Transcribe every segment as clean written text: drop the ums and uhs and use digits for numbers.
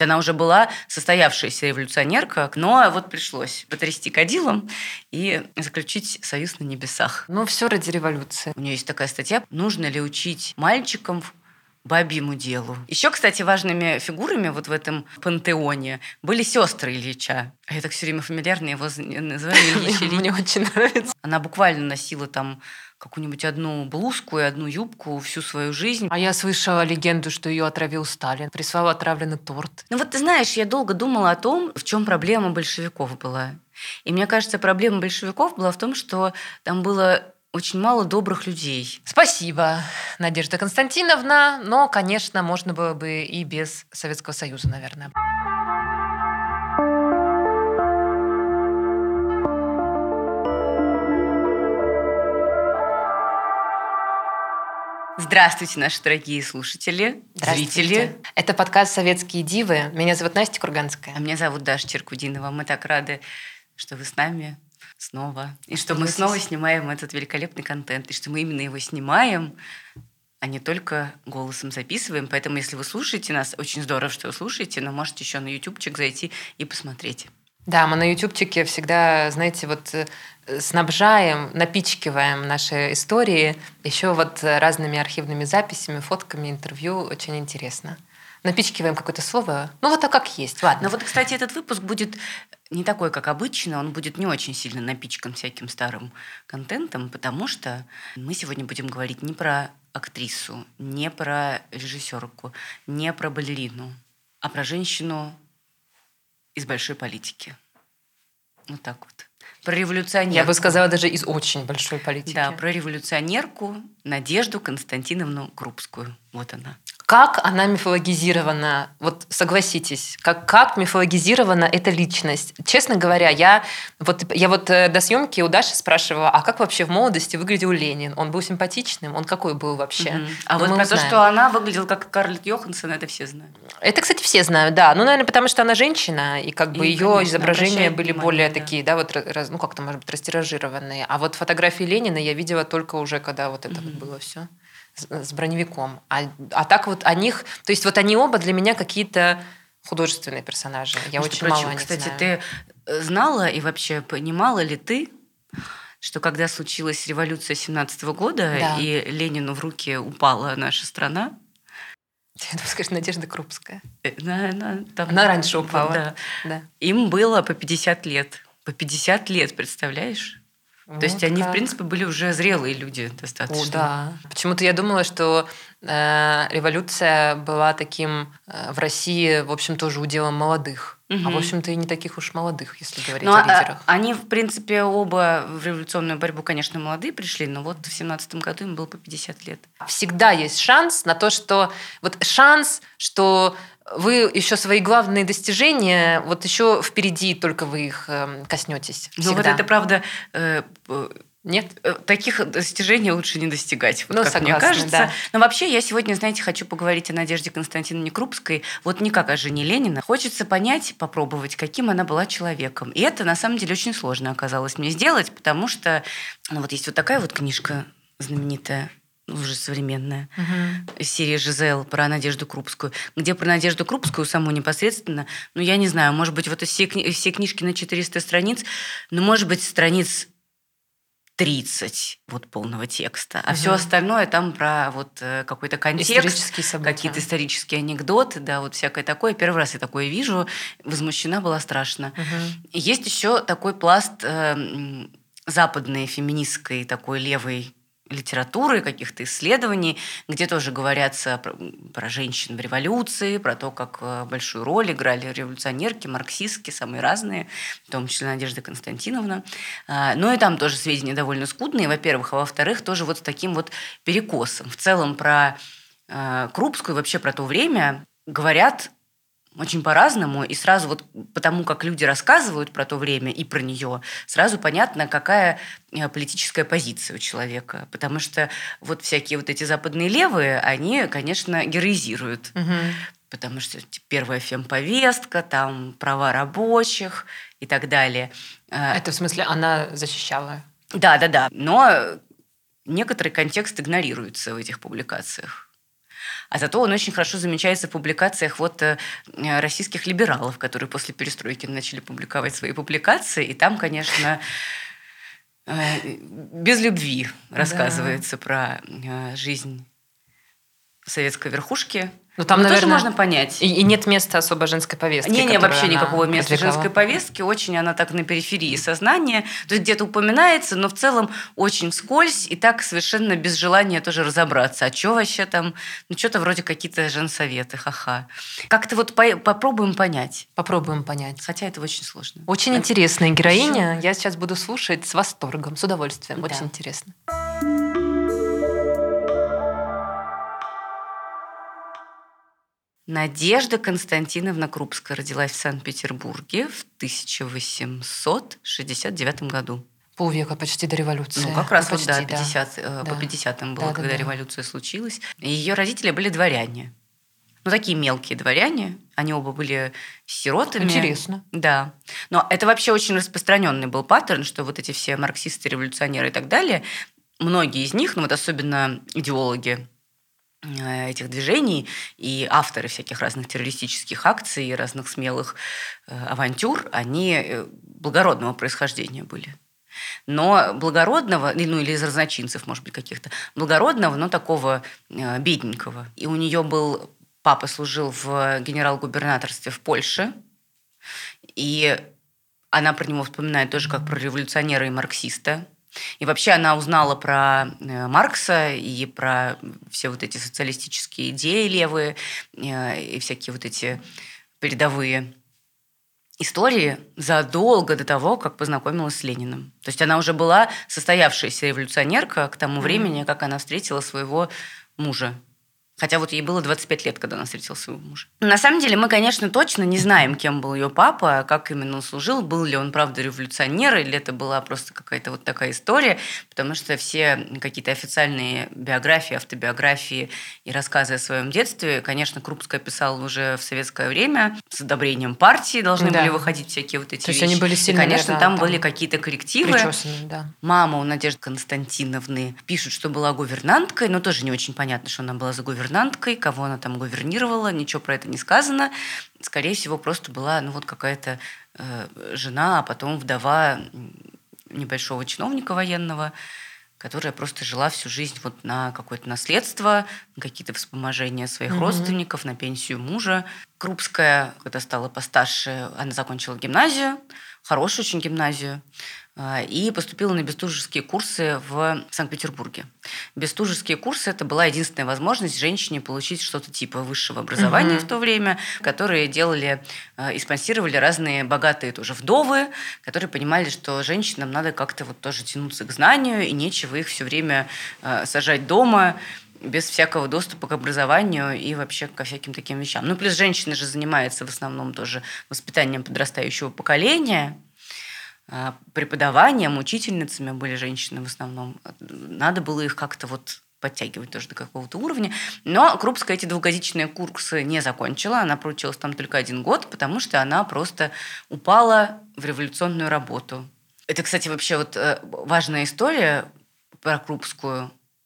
Она уже была состоявшаяся революционерка, но вот пришлось потрясти кадилом и заключить союз на небесах. Ну, все ради революции. У нее есть такая статья «Нужно ли учить мальчикам бабьему делу?». Еще, кстати, важными фигурами вот в этом пантеоне были сестры Ильича. Я так все время фамильярно его называю Ильич. Мне очень нравится. Она буквально носила там какую-нибудь одну блузку и одну юбку всю свою жизнь. А я слышала легенду, что ее отравил Сталин, прислал отравленный торт. Ну вот ты знаешь, я долго думала о том, в чем проблема большевиков была. И мне кажется, проблема большевиков была в том, что там было очень мало добрых людей. Спасибо, Надежда Константиновна. Но, конечно, можно было бы и без Советского Союза, наверное. Здравствуйте, наши дорогие слушатели, зрители. Это подкаст «Советские дивы». Меня зовут Настя Курганская. А меня зовут Даша Черкудинова. Мы так рады, что вы с нами снова. И что мы снова снимаем этот великолепный контент. И что мы именно его снимаем, а не только голосом записываем. Поэтому, если вы слушаете нас, очень здорово, что вы слушаете, но можете еще на ютубчик зайти и посмотреть. Да, мы на ютубчике всегда, знаете, вот снабжаем, напичкиваем наши истории еще вот разными архивными записями, фотками, интервью. Очень интересно. Напичкиваем какое-то слово. Ну вот так как есть. Ладно. Но вот, кстати, этот выпуск будет не такой, как обычно. Он будет не очень сильно напичкан всяким старым контентом, потому что мы сегодня будем говорить не про актрису, не про режиссерку, не про балерину, а про женщину из большой политики. Вот так вот. Про революционерку. Я бы сказала, даже из очень большой политики. Да, про революционерку Надежду Константиновну Крупскую. Вот она. Как она мифологизирована? Вот согласитесь, как мифологизирована эта личность? Честно говоря, я до съемки у Даши спрашивала, а как вообще в молодости выглядел Ленин? Он был симпатичным? Он какой был вообще? А вот про то, что она выглядела как Скарлетт Йоханссон, это все знают. Это, кстати, все знают, да. Ну, наверное, потому что она женщина, и как бы ее изображения были более такие, да, вот, ну, как-то, может быть, растиражированные. А вот фотографии Ленина я видела только уже, когда вот это вот было все с броневиком. А так вот о них... То есть вот они оба для меня какие-то художественные персонажи. Я очень мало о них Кстати, знаю. ты знала и вообще понимала ли ты, что когда случилась революция 17 года, Да. и Ленину в руки упала наша страна... Я думаю, скажешь, Надежда Крупская. Она раньше упала. Да. Им было по 50 лет. По 50 лет, представляешь? То есть они, в принципе, были уже зрелые люди достаточно. О, да. Почему-то я думала, что революция была таким в России, в общем, тоже уделом молодых. А, в общем-то, и не таких уж молодых, если говорить о лидерах. Они, в принципе, оба в революционную борьбу, конечно, молодые пришли, но вот в 17 году им было по 50 лет. Всегда есть шанс на то, что... Вот шанс, что вы еще свои главные достижения, вот еще впереди, только вы их коснетесь. Ну вот это правда... Нет? Таких достижений лучше не достигать, вот, ну, как согласна, мне кажется. Да. Но вообще я сегодня, знаете, хочу поговорить о Надежде Константиновне Крупской, вот не как о жене Ленина. Хочется понять, попробовать, каким она была человеком. И это, на самом деле, очень сложно оказалось мне сделать, потому что вот есть вот такая вот книжка знаменитая, уже современная, из серии «Жизель» про Надежду Крупскую, где про Надежду Крупскую саму непосредственно, ну, я не знаю, может быть, вот все книжки на 400 страниц, ну, может быть, страниц 30 вот полного текста, а все остальное там про вот какой-то контекст, какие-то исторические анекдоты, да, вот всякое такое. Первый раз я такое вижу, возмущена была страшно. Есть еще такой пласт западной феминистской такой левой литературы, каких-то исследований, где тоже говорятся про женщин в революции, про то, как большую роль играли революционерки, марксистки, самые разные, в том числе Надежда Константиновна. Но и там тоже сведения довольно скудные, во-первых, а во-вторых, тоже вот с таким вот перекосом. В целом про Крупскую, вообще про то время говорят очень по-разному, и сразу вот потому, как люди рассказывают про то время и про нее, сразу понятно, какая политическая позиция у человека. Потому что вот всякие вот эти западные левые, они, конечно, героизируют. Потому что первая фемповестка, там права рабочих и так далее. Это в смысле она защищала? Да. Но некоторый контекст игнорируется в этих публикациях. А зато он очень хорошо замечается в публикациях российских либералов, которые после перестройки начали публиковать свои публикации. И там, конечно, без любви рассказывается про жизнь советской верхушки. Ну, там, наверное, тоже можно понять. И нет места особо женской повестки. Не, вообще никакого места женской повестки. Очень она так на периферии сознания. То есть где-то упоминается, но в целом очень вскользь и так совершенно без желания тоже разобраться. А что вообще там? Ну, что-то вроде какие-то женсоветы, ха-ха. Как-то попробуем понять. Попробуем понять. Хотя это очень сложно. Очень интересная героиня. Я сейчас буду слушать с восторгом, с удовольствием. Да. Очень интересно. Надежда Константиновна Крупская родилась в Санкт-Петербурге в 1869 году. Полвека почти до революции. Ну, как раз по 50-м было, когда революция случилась. И ее родители были дворяне. Ну, такие мелкие дворяне. Они оба были сиротами. Интересно. Да. Но это вообще очень распространенный был паттерн, что вот эти все марксисты, революционеры и так далее, многие из них, особенно идеологи этих движений и авторы всяких разных террористических акций и разных смелых авантюр, они благородного происхождения были. Но благородного, или из разночинцев, может быть, каких-то, благородного, но такого бедненького. И у нее папа служил в генерал-губернаторстве в Польше, и она про него вспоминает тоже как про революционера и марксиста. И вообще она узнала про Маркса и про все вот эти социалистические идеи левые и всякие вот эти передовые истории задолго до того, как познакомилась с Лениным. То есть она уже была состоявшаяся революционерка к тому времени, как она встретила своего мужа. Хотя ей было 25 лет, когда она встретила своего мужа. На самом деле мы, конечно, точно не знаем, кем был ее папа, как именно он служил, был ли он, правда, революционер, или это была просто какая-то вот такая история, потому что все какие-то официальные биографии, автобиографии и рассказы о своем детстве, конечно, Крупская писала уже в советское время, с одобрением партии должны были выходить всякие вот эти вещи. Они были сильно, и, конечно, там были какие-то коррективы. Причесанные, да. Мама у Надежды Константиновны пишут, что была гувернанткой, но тоже не очень понятно, что она была за гувернанткой, кого она там гувернировала, ничего про это не сказано. Скорее всего, просто была какая-то жена, а потом вдова небольшого чиновника военного, которая просто жила всю жизнь на какое-то наследство, на какие-то вспоможения своих родственников, на пенсию мужа. Крупская, когда стала постарше, она закончила гимназию, хорошую очень гимназию, и поступила на бестужевские курсы в Санкт-Петербурге. Бестужевские курсы – это была единственная возможность женщине получить что-то типа высшего образования в то время, которые делали и спонсировали разные богатые тоже вдовы, которые понимали, что женщинам надо как-то тоже тянуться к знанию, и нечего их все время сажать дома без всякого доступа к образованию и вообще ко всяким таким вещам. Ну, плюс женщина же занимается в основном тоже воспитанием подрастающего поколения, преподаванием, учительницами были женщины в основном. Надо было их как-то подтягивать тоже до какого-то уровня. Но Крупская эти двухгодичные курсы не закончила. Она проучилась там только 1 год, потому что она просто упала в революционную работу. Это, кстати, вообще важная история про Крупскую.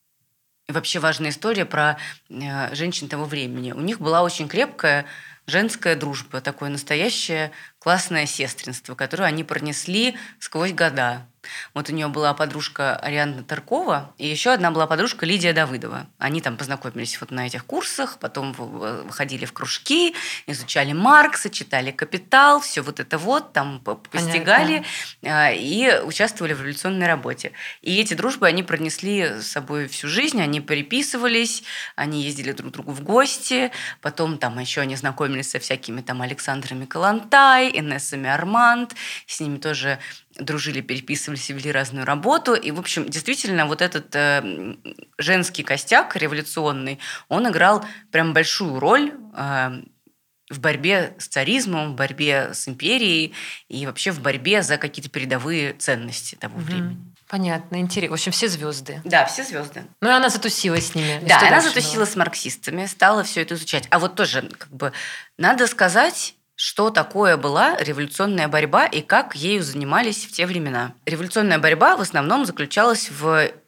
И вообще важная история про женщин того времени. У них была очень крепкая женская дружба, такое настоящее классное сестринство, которое они пронесли сквозь года. У нее была подружка Ариадна Таркова, и еще одна была подружка Лидия Давыдова. Они там познакомились на этих курсах, потом ходили в кружки, изучали Маркса, читали «Капитал», все там постигали и участвовали в революционной работе. И эти дружбы они пронесли с собой всю жизнь, они переписывались, они ездили друг к другу в гости, потом там еще они знакомились со всякими там Александрами Калантай, Инессами Арманд, с ними тоже дружили, переписывались и вели разную работу. И, в общем, действительно, этот женский костяк революционный, он играл прям большую роль в борьбе с царизмом, в борьбе с империей и вообще в борьбе за какие-то передовые ценности того времени. Понятно, интересно. В общем, все звезды. Да, все звезды. Ну и она затусилась с ними. Да, она затусилась с марксистами, стала все это изучать. А тоже, надо сказать, что такое была революционная борьба и как ею занимались в те времена. Революционная борьба в основном заключалась в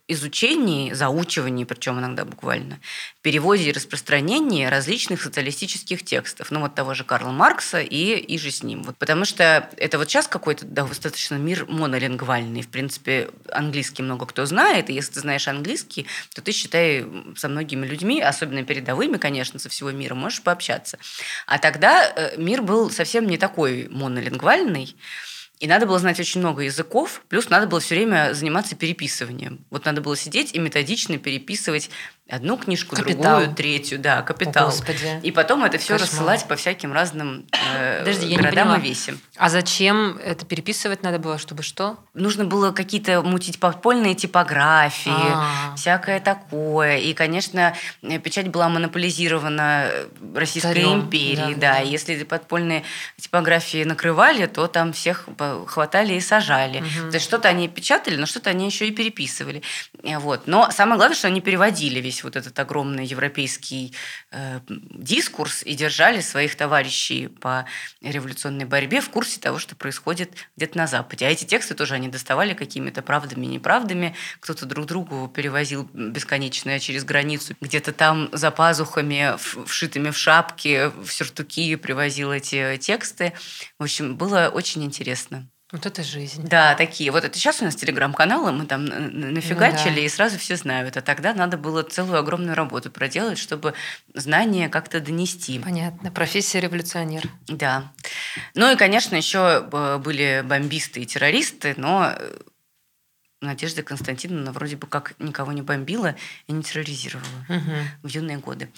изучении, заучивании, причем иногда буквально, переводе и распространении различных социалистических текстов. Ну, вот того же Карла Маркса и же с ним. Вот, потому что это вот сейчас какой-то достаточно мир монолингвальный. В принципе, английский много кто знает, и если ты знаешь английский, то ты, считай, со многими людьми, особенно передовыми, конечно, со всего мира, можешь пообщаться. А тогда мир был совсем не такой монолингвальный, и надо было знать очень много языков, плюс надо было все время заниматься переписыванием. Вот надо было сидеть и методично переписывать одну книжку, «Капитал». другую, третью, да, «Капитал». О, Господи. И потом это все Кошмар. рассылать по всяким разным Подожди, я не городам поняла. и весям. А зачем это переписывать надо было, чтобы что? Нужно было какие-то мутить подпольные типографии, А. всякое такое. И, конечно, печать была монополизирована Российской Царем. империей. Да. Да. И если подпольные типографии накрывали, то там всех хватали и сажали. То есть что-то они печатали, но что-то они еще и переписывали. Вот. Но самое главное, что они переводили весь вот этот огромный европейский дискурс и держали своих товарищей по революционной борьбе в курсе того, что происходит где-то на Западе. А эти тексты тоже они доставали какими-то правдами и неправдами. Кто-то друг другу перевозил бесконечно через границу. Где-то там за пазухами, вшитыми в шапки, в сюртуки привозил эти тексты. В общем, было очень интересно. Вот это жизнь. Да, такие. Вот это сейчас у нас телеграм-каналы, мы там нафигачили, и сразу все знают. А тогда надо было целую огромную работу проделать, чтобы знания как-то донести. Понятно. Профессия революционер. Да. Ну и, конечно, еще были бомбисты и террористы, но Надежда Константиновна вроде бы как никого не бомбила и не терроризировала в юные годы.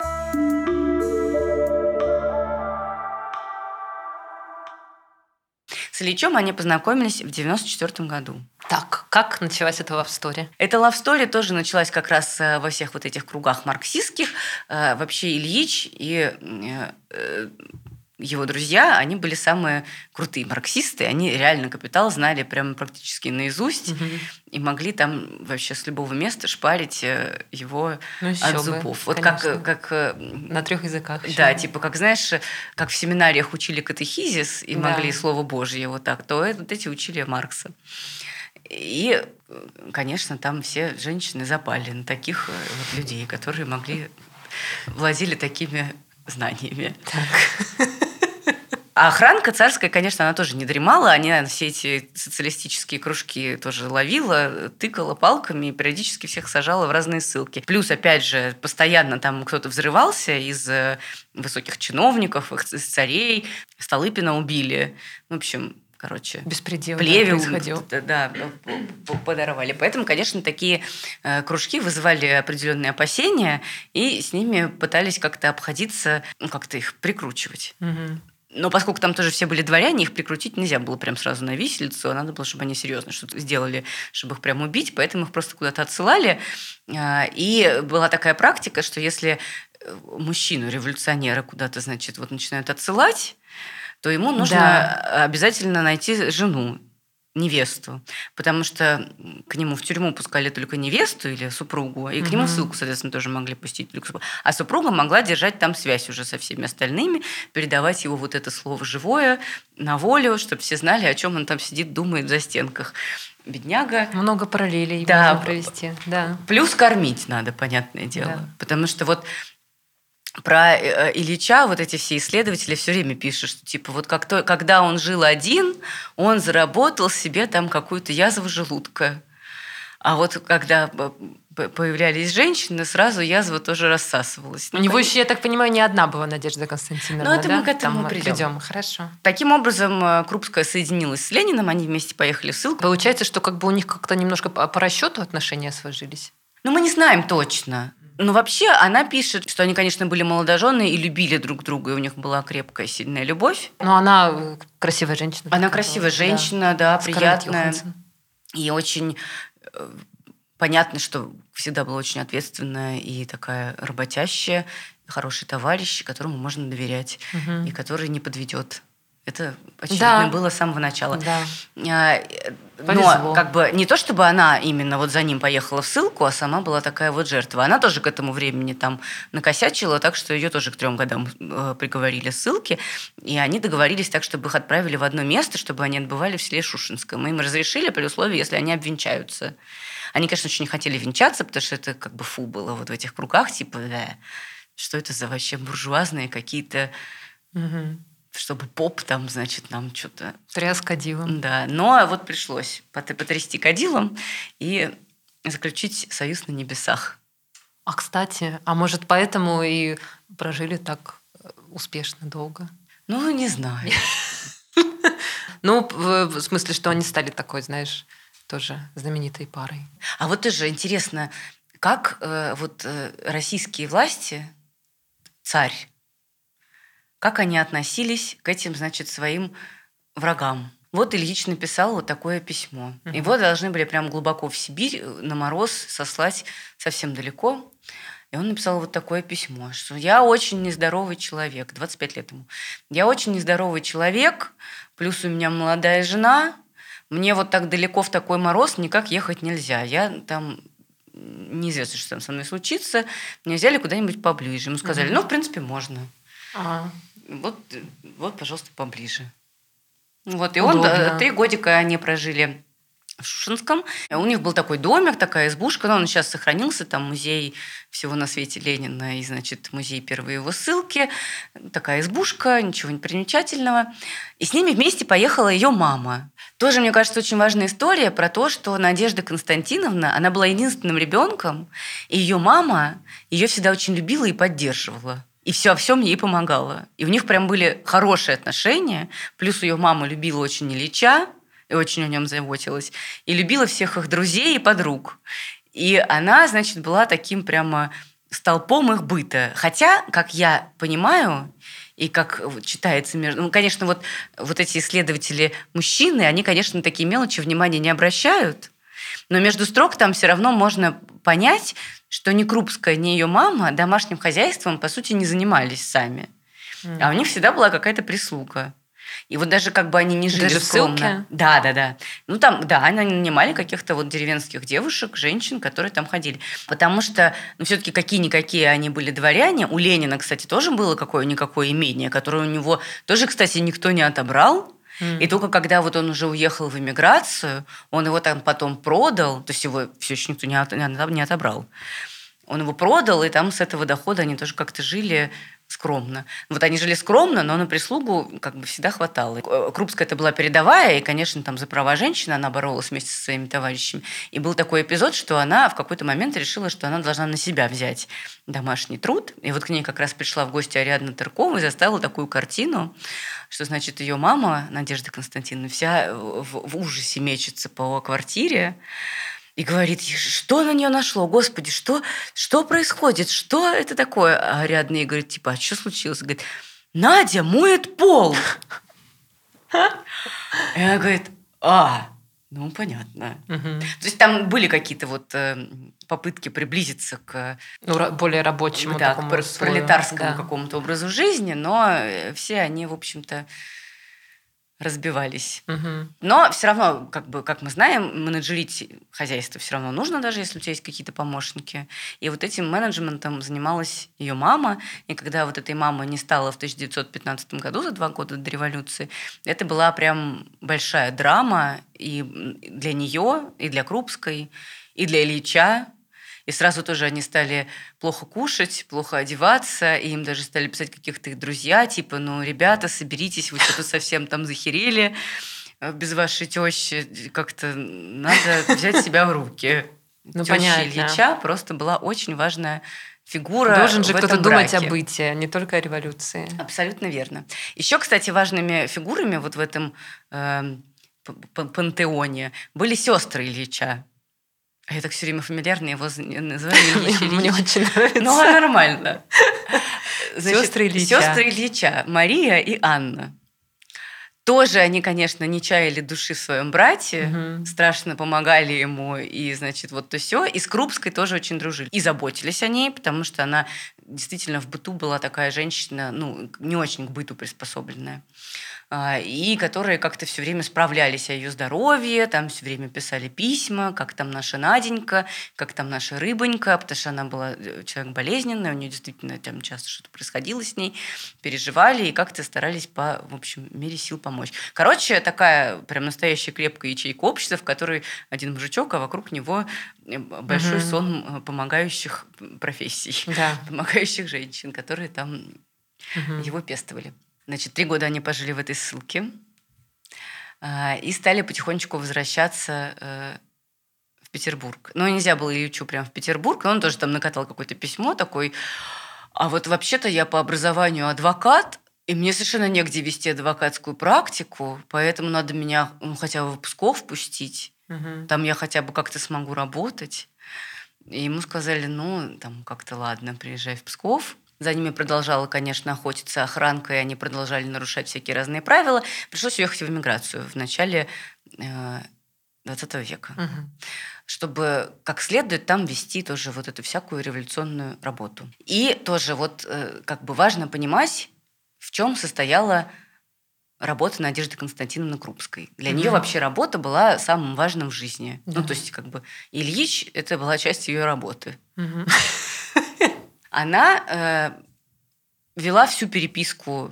С Ильичом они познакомились в 1994 году. Так, как началась эта лавстори? Эта лавстори тоже началась как раз во всех вот этих кругах марксистских. Вообще Ильич и его друзья, они были самые крутые марксисты. Они реально «Капитал» знали прямо практически наизусть и могли там вообще с любого места шпарить его от зубов. Вот как на 3 языках. Да, типа, как, знаешь, как в семинариях учили катехизис и могли Слово Божье вот так, то вот эти учили Маркса. И, конечно, там все женщины запали на таких вот людей, которые владели такими знаниями. Так. А охранка царская, конечно, она тоже не дремала. Они, наверное, все эти социалистические кружки тоже ловила, тыкала палками и периодически всех сажала в разные ссылки. Плюс, опять же, постоянно там кто-то взрывался из высоких чиновников, из царей. Столыпина убили. В общем, короче, беспредел плевел происходил. Да, подорвали. Поэтому, конечно, такие кружки вызывали определенные опасения, и с ними пытались как-то обходиться, как-то их прикручивать. Но поскольку там тоже все были дворяне, их прикрутить нельзя было прям сразу на виселицу, а надо было, чтобы они серьезно что-то сделали, чтобы их прям убить, поэтому их просто куда-то отсылали. И была такая практика, что если мужчину-революционера куда-то, значит, вот начинают отсылать, то ему нужно обязательно найти жену, невесту, потому что к нему в тюрьму пускали только невесту или супругу, и к нему в ссылку, соответственно, тоже могли пустить только супругу. А супруга могла держать там связь уже со всеми остальными, передавать его вот это слово живое на волю, чтобы все знали, о чем он там сидит, думает в застенках. Бедняга. Много параллелей можно провести. Да. Плюс кормить надо, понятное дело. Потому что вот про Ильича вот эти все исследователи все время пишут, что типа вот когда он жил один, он заработал себе там какую-то язву желудка. А вот когда появлялись женщины, сразу язва тоже рассасывалась. У него еще, я так понимаю, не одна была Надежда Константиновна. Ну, это мы к этому придем. Хорошо. Таким образом, Крупская соединилась с Лениным, они вместе поехали в ссылку. Получается, что как бы у них как-то немножко по расчету отношения сложились. Ну, мы не знаем точно. Но вообще она пишет, что они, конечно, были молодожены и любили друг друга, и у них была крепкая, сильная любовь. Но она красивая женщина. Она красивая женщина, да, приятная. И очень понятно, что всегда была очень ответственная и такая работящая, хороший товарищ, которому можно доверять, и который не подведет. Это, очевидно, было с самого начала. Да. Но как бы не то, чтобы она именно вот за ним поехала в ссылку, а сама была такая вот жертва. Она тоже к этому времени там накосячила, так что ее тоже к 3 годам приговорили ссылки. И они договорились так, чтобы их отправили в одно место, чтобы они отбывали в селе Шушинском. Мы им разрешили при условии, если они обвенчаются. Они, конечно, очень не хотели венчаться, потому что это как бы фу было вот в этих кругах, типа, что это за вообще буржуазные какие-то, чтобы поп там, значит, нам что-то... Тряс кадилом. Да, но вот пришлось потрясти кадилом и заключить союз на небесах. А, кстати, может, поэтому и прожили так успешно долго? Ну, не знаю. Ну, в смысле, что они стали такой, знаешь, тоже знаменитой парой. А вот тоже интересно, как российские власти, царь, как они относились к этим, значит, своим врагам. Вот Ильич написал вот такое письмо. Его должны были прям глубоко в Сибирь на мороз сослать совсем далеко. И он написал вот такое письмо, что я очень нездоровый человек, 25 лет ему. Я очень нездоровый человек, плюс у меня молодая жена, мне вот так далеко в такой мороз никак ехать нельзя. Я там неизвестно, что там со мной случится. Меня взяли куда-нибудь поближе. Ему сказали, в принципе, можно. Вот, пожалуйста, поближе. Вот, и удобно. Он 3 годика они прожили в Шушинском. У них был такой домик, такая избушка, но он сейчас сохранился, там музей всего на свете Ленина и, значит, музей первой его ссылки. Такая избушка, ничего не примечательного. И с ними вместе поехала ее мама. Тоже, мне кажется, очень важная история про то, что Надежда Константиновна, она была единственным ребенком, и ее мама ее всегда очень любила и поддерживала. И во всем ей помогала. И у них прям были хорошие отношения. Плюс ее мама любила очень Ильича, и очень о нем заботилась. И любила всех их друзей и подруг. И она, значит, была таким прямо столпом их быта. Хотя, как я понимаю, и как читается между... Ну, конечно, вот эти исследователи мужчины, они, конечно, на такие мелочи внимания не обращают. Но между строк там все равно можно понять, что ни Крупская, ни ее мама домашним хозяйством, по сути, не занимались сами. А у них всегда была какая-то прислуга. И вот даже как бы они не жили даже скромно. в ссылке? Да. Ну там, да, они нанимали каких-то вот деревенских девушек, женщин, которые там ходили. Потому что, все-таки какие-никакие они были дворяне. У Ленина, кстати, тоже было какое-никакое имение, которое у него тоже, кстати, никто не отобрал. И только когда вот он уже уехал в эмиграцию, он его там потом продал, то есть его все еще никто не отобрал. Он его продал, и там с этого дохода они тоже как-то жили скромно. Вот они жили скромно, но на прислугу как бы всегда хватало. Крупская это была передовая, и, конечно, там за права женщины она боролась вместе со своими товарищами. И был такой эпизод, что она в какой-то момент решила, что она должна на себя взять домашний труд. И вот к ней как раз пришла в гости Ариадна Тыркова и заставила такую картину, что, значит, ее мама, Надежда Константиновна, вся в ужасе мечется по квартире, и говорит, что на нее нашло? Господи, что происходит? Что это такое? А Ариадна ей говорит, типа, а что случилось? Говорит, Надя моет пол. И она говорит, понятно. То есть там были какие-то вот попытки приблизиться к... более рабочему такому к пролетарскому какому-то образу жизни, но все они, в общем-то, разбивались. Но все равно, как мы знаем, менеджерить хозяйство все равно нужно, даже если у тебя есть какие-то помощники. И вот этим менеджментом занималась ее мама. И когда вот этой мамы не стало в 1915 году, за 2 года до революции, это была прям большая драма и для нее, и для Крупской, и для Ильича. И сразу тоже они стали плохо кушать, плохо одеваться, и им даже стали писать каких-то их друзья, типа, ребята, соберитесь, вы что-то совсем там захерели без вашей тещи, как-то надо взять себя в руки. Теща Ильича просто была очень важная фигура. Должен же кто-то думать браке. о быте, не только о революции. Абсолютно верно. Еще, кстати, важными фигурами вот в этом пантеоне были сестры Ильича. Я так все время фамильярно его называю. Мне очень нравится. Ну, нормально. Сестры Ильича. Сестры Ильича, Мария и Анна. Тоже они, конечно, не чаяли души в своем брате, страшно помогали ему, и, значит, вот то все. И с Крупской тоже очень дружили. И заботились о ней, потому что она действительно в быту была такая женщина, не очень к быту приспособленная. и которые как-то все время справлялись о ее здоровье, там все время писали письма, как там наша Наденька, как там наша Рыбонька, потому что она была человек болезненный, у нее действительно там часто что-то происходило с ней, переживали и как-то старались по, в общем, мере сил помочь. Короче, такая прям настоящая крепкая ячейка общества, в которой один мужичок, а вокруг него большой сон помогающих профессий, помогающих женщин, которые там его пестовали. Значит, 3 года они пожили в этой ссылке и стали потихонечку возвращаться в Петербург. Но нельзя было Ильичу прям в Петербург, но он тоже там накатал какое-то письмо такой: а вот вообще-то я по образованию адвокат, и мне совершенно негде вести адвокатскую практику, поэтому надо меня хотя бы в Псков пустить. Там я хотя бы как-то смогу работать. И ему сказали, ну, там как-то ладно, приезжай в Псков. За ними продолжала, конечно, охотиться охранка, и они продолжали нарушать всякие разные правила. Пришлось уехать в эмиграцию в начале 20 века, чтобы как следует там вести тоже вот эту всякую революционную работу. И тоже вот как бы важно понимать, в чем состояла работа Надежды Константиновны Крупской. Для нее вообще работа была самым важным в жизни. Ну, то есть как бы Ильич – это была часть ее работы. Она вела всю переписку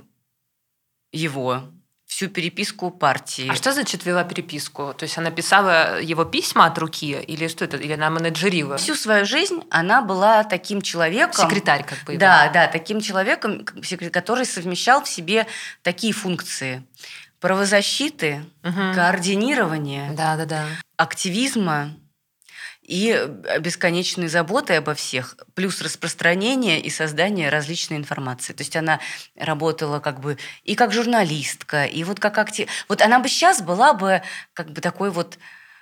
его, всю переписку партии. А что значит вела переписку? То есть она писала его письма от руки? Или что это? Или она менеджерила? Всю свою жизнь она была таким человеком... Секретарь как бы. Да, таким человеком, который совмещал в себе такие функции: правозащиты, координирования, активизма и бесконечной заботы обо всех, плюс распространение и создание различной информации. То есть она работала как бы и как журналистка, и вот как Вот она бы сейчас была бы как бы такой вот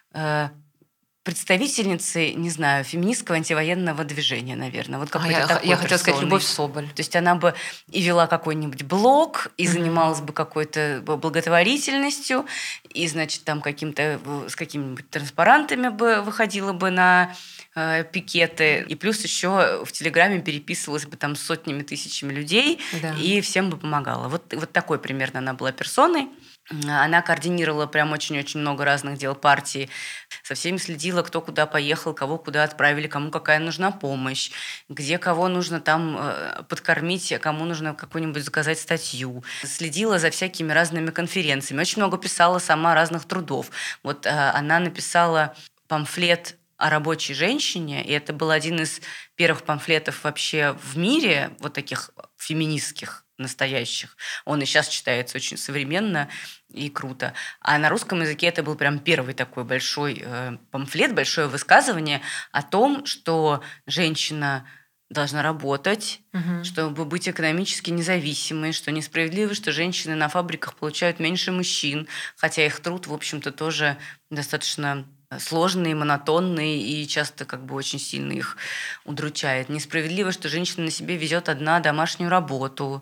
представительницей, не знаю, феминистского антивоенного движения, наверное. Вот я хотела сказать Любовь Соболь. То есть она бы и вела какой-нибудь блог, и занималась бы какой-то благотворительностью, и, значит, там с какими-нибудь транспарантами бы выходила бы на пикеты, и плюс еще в Телеграме переписывалась бы там с сотнями, тысячами людей, и всем бы помогала. Вот такой примерно она была персоной. Она координировала прям очень-очень много разных дел партии, со всеми следила, кто куда поехал, кого куда отправили, кому какая нужна помощь, где кого нужно там подкормить, кому нужно какую-нибудь заказать статью. Следила за всякими разными конференциями, очень много писала сама разных трудов. Вот она написала памфлет о рабочей женщине, и это был один из первых памфлетов вообще в мире, вот таких феминистских, настоящих. Он и сейчас читается очень современно и круто. А на русском языке это был прям первый такой большой памфлет, большое высказывание о том, что женщина должна работать, чтобы быть экономически независимой, что несправедливо, что женщины на фабриках получают меньше мужчин, хотя их труд, в общем-то, тоже достаточно сложный, монотонный и часто как бы очень сильно их удручает. Несправедливо, что женщина на себе везет одна домашнюю работу.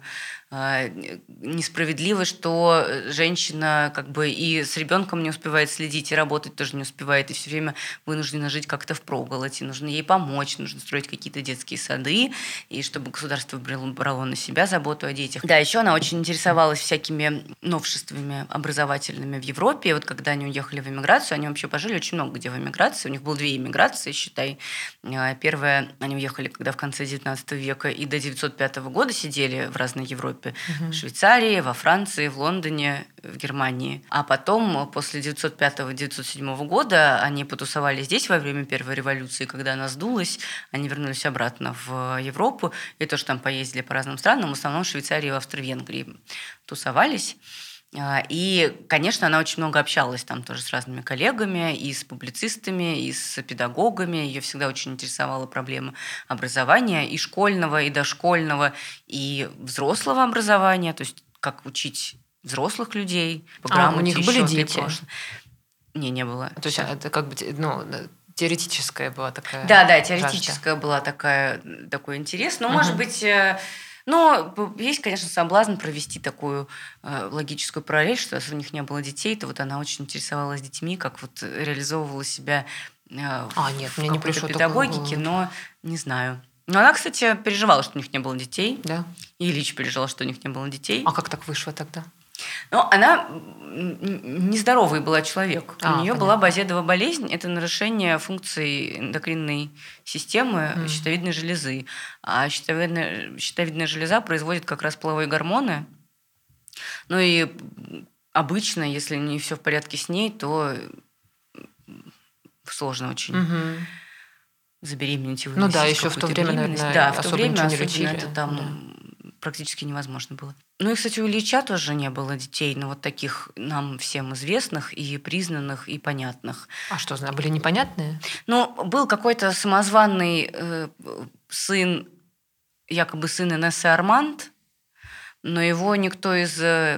Несправедливо, что женщина как бы и с ребенком не успевает следить, и работать тоже не успевает, и все время вынуждена жить как-то впроголодь, и нужно ей помочь, нужно строить какие-то детские сады, и чтобы государство брало на себя заботу о детях. Да, еще она очень интересовалась всякими новшествами образовательными в Европе. И вот когда они уехали в эмиграцию, они вообще пожили очень много где в эмиграции. У них было 2 эмиграции, считай. Первая, они уехали, когда в конце 19 века, и до 905 года сидели в разной Европе. В Швейцарии, во Франции, в Лондоне, в Германии. А потом, после 905-907 года, они потусовали здесь во время Первой революции. Когда она сдулась, они вернулись обратно в Европу. И тоже там поездили по разным странам, в основном в Швейцарии и в Австро-Венгрии тусовались. И, конечно, она очень много общалась там тоже с разными коллегами, и с публицистами, и с педагогами. Ее всегда очень интересовала проблема образования, и школьного, и дошкольного, и взрослого образования, то есть как учить взрослых людей по грамоте. У них были дети? Не было. То есть это как бы... теоретическая была такая... Да, теоретическая была такой интерес. Но, может быть... Но есть, конечно, соблазн провести такую логическую параллель, что если у них не было детей, то вот она очень интересовалась детьми, как вот реализовывала себя в не пришло педагогике, но не знаю. Но она, кстати, переживала, что у них не было детей. Да. И Ильич переживал, что у них не было детей. А как так вышло тогда? Но она нездоровый была человек. У нее была базедова болезнь. Это нарушение функций эндокринной системы щитовидной железы. А щитовидная железа производит как раз половые гормоны. Ну и обычно, если не все в порядке с ней, то сложно очень забеременеть и выносить. Ну да, еще в то время, наверное, да, в то особо время ничего не особенно лечили. Это там практически невозможно было. Ну и, кстати, у Ильича тоже не было детей, но вот таких нам всем известных и признанных, и понятных. А что, были непонятные? Ну, был какой-то самозваный сын, якобы сын Инессы Арманд, но его никто из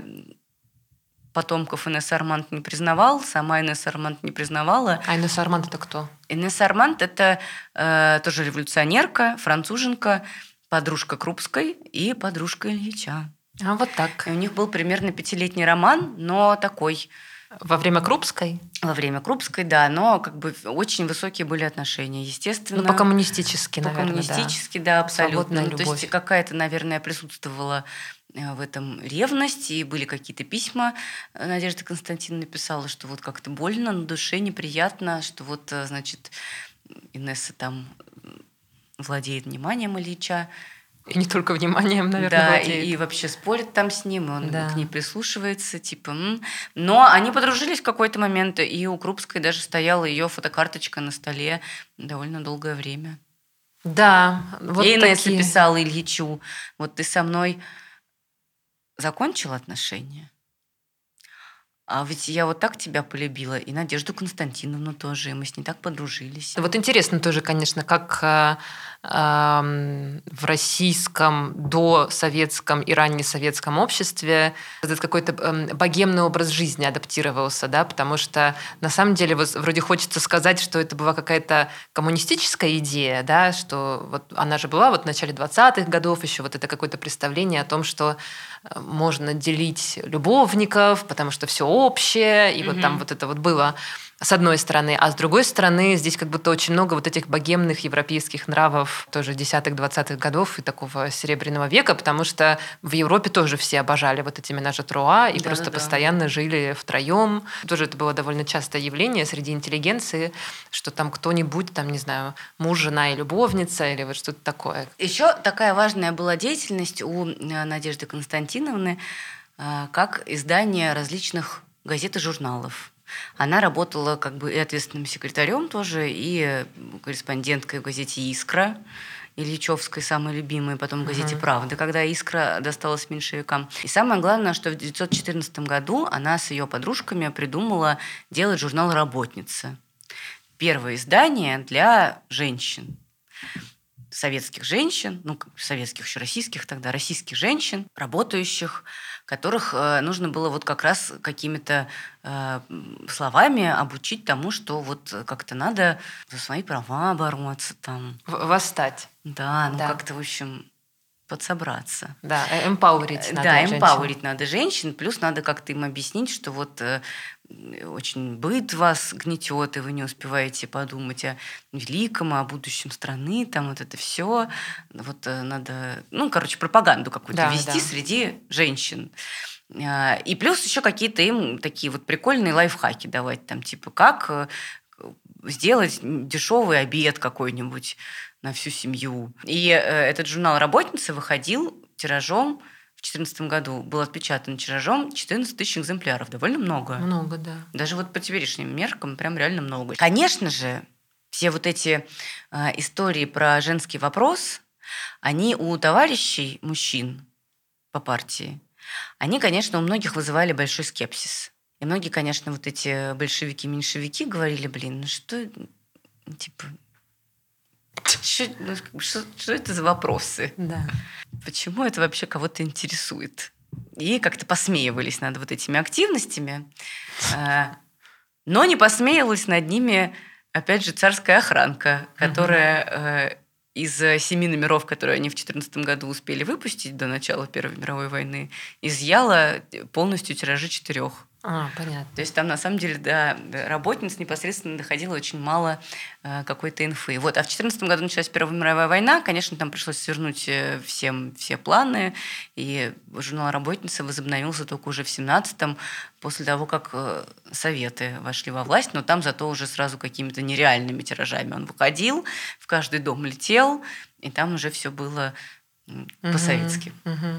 потомков Инессы Арманд не признавал, сама Инесса Арманд не признавала. А Инесса Арманд это кто? Инесса Арманд – это тоже революционерка, француженка, подружка Крупской и подружка Ильича. А вот так. И у них был примерно 5-летний роман, но такой. Во время Крупской? Во время Крупской, да, но как бы очень высокие были отношения, естественно. Ну, по-коммунистически, наверное, по-коммунистически, да, абсолютно. Ну, то есть какая-то, наверное, присутствовала в этом ревность, и были какие-то письма. Надежда Константиновна писала, что вот как-то больно на душе, неприятно, что вот, значит, Инесса там владеет вниманием Ильича. И не только вниманием, наверное, владеет. И вообще спорит там с ним, и он к ней прислушивается, типа. Но они подружились в какой-то момент, и у Крупской даже стояла ее фотокарточка на столе довольно долгое время. Да, вот и Инесса писала Ильичу: вот ты со мной закончил отношения, а ведь я вот так тебя полюбила, и Надежду Константиновну тоже, и мы с ней так подружились. Вот интересно тоже, конечно, как в российском, досоветском и раннесоветском обществе этот какой-то богемный образ жизни адаптировался, да, потому что на самом деле вот вроде хочется сказать, что это была какая-то коммунистическая идея, да, что вот она же была вот в начале 20-х годов еще вот это какое-то представление о том, что можно делить любовников, потому что все общее, и вот там вот это вот было с одной стороны, а с другой стороны здесь как будто очень много вот этих богемных европейских нравов тоже 10-х, 20-х годов и такого Серебряного века, потому что в Европе тоже все обожали вот эти менажа труа и просто постоянно жили втроем. Тоже это было довольно частое явление среди интеллигенции, что там кто-нибудь, там, не знаю, муж, жена и любовница или вот что-то такое. Еще такая важная была деятельность у Надежды Константиновны, как издание различных газет и журналов. Она работала как бы и ответственным секретарем тоже, и корреспонденткой в газете «Искра», Ильичевской, самой любимой, потом в газете «Правда», когда «Искра» досталась меньшевикам. И самое главное, что в 1914 году она с ее подружками придумала делать журнал «Работница». Первое издание для женщин. Советских женщин, ну, советских, еще российских тогда, российских женщин, работающих, которых нужно было вот как раз какими-то словами обучить тому, что вот как-то надо за свои права бороться там. Восстать. Да, ну как-то, в общем, подсобраться. Да, эмпауэрить надо женщин. Да, эмпауэрить надо женщин, плюс надо как-то им объяснить, что вот очень быт вас гнетет, и вы не успеваете подумать о великом, о будущем страны, там вот это все. Вот надо, пропаганду какую-то вести среди женщин. И плюс еще какие-то им такие вот прикольные лайфхаки давать, там типа как сделать дешевый обед какой-нибудь на всю семью. И этот журнал «Работница» выходил тиражом в 2014 году, был отпечатан тиражом 14 тысяч экземпляров. Довольно много. Много, да. Даже вот по теперешним меркам прям реально много. Конечно же, все вот эти истории про женский вопрос, они у товарищей мужчин по партии, они, конечно, у многих вызывали большой скепсис. И многие, конечно, вот эти большевики-меньшевики говорили, что это за вопросы? Да. Почему это вообще кого-то интересует? И как-то посмеивались над вот этими активностями. Но не посмеялась над ними, опять же, царская охранка, которая из 7 номеров, которые они в 2014 году успели выпустить до начала Первой мировой войны, изъяла полностью тиражи 4. Понятно. То есть там, на самом деле, до работниц непосредственно доходило очень мало какой-то инфы. Вот. А в 2014 году началась Первая мировая война. Конечно, там пришлось свернуть все планы. И журнал «Работница» возобновился только уже в 2017-м, после того, как Советы вошли во власть. Но там зато уже сразу какими-то нереальными тиражами он выходил, в каждый дом летел, и там уже все было по-советски.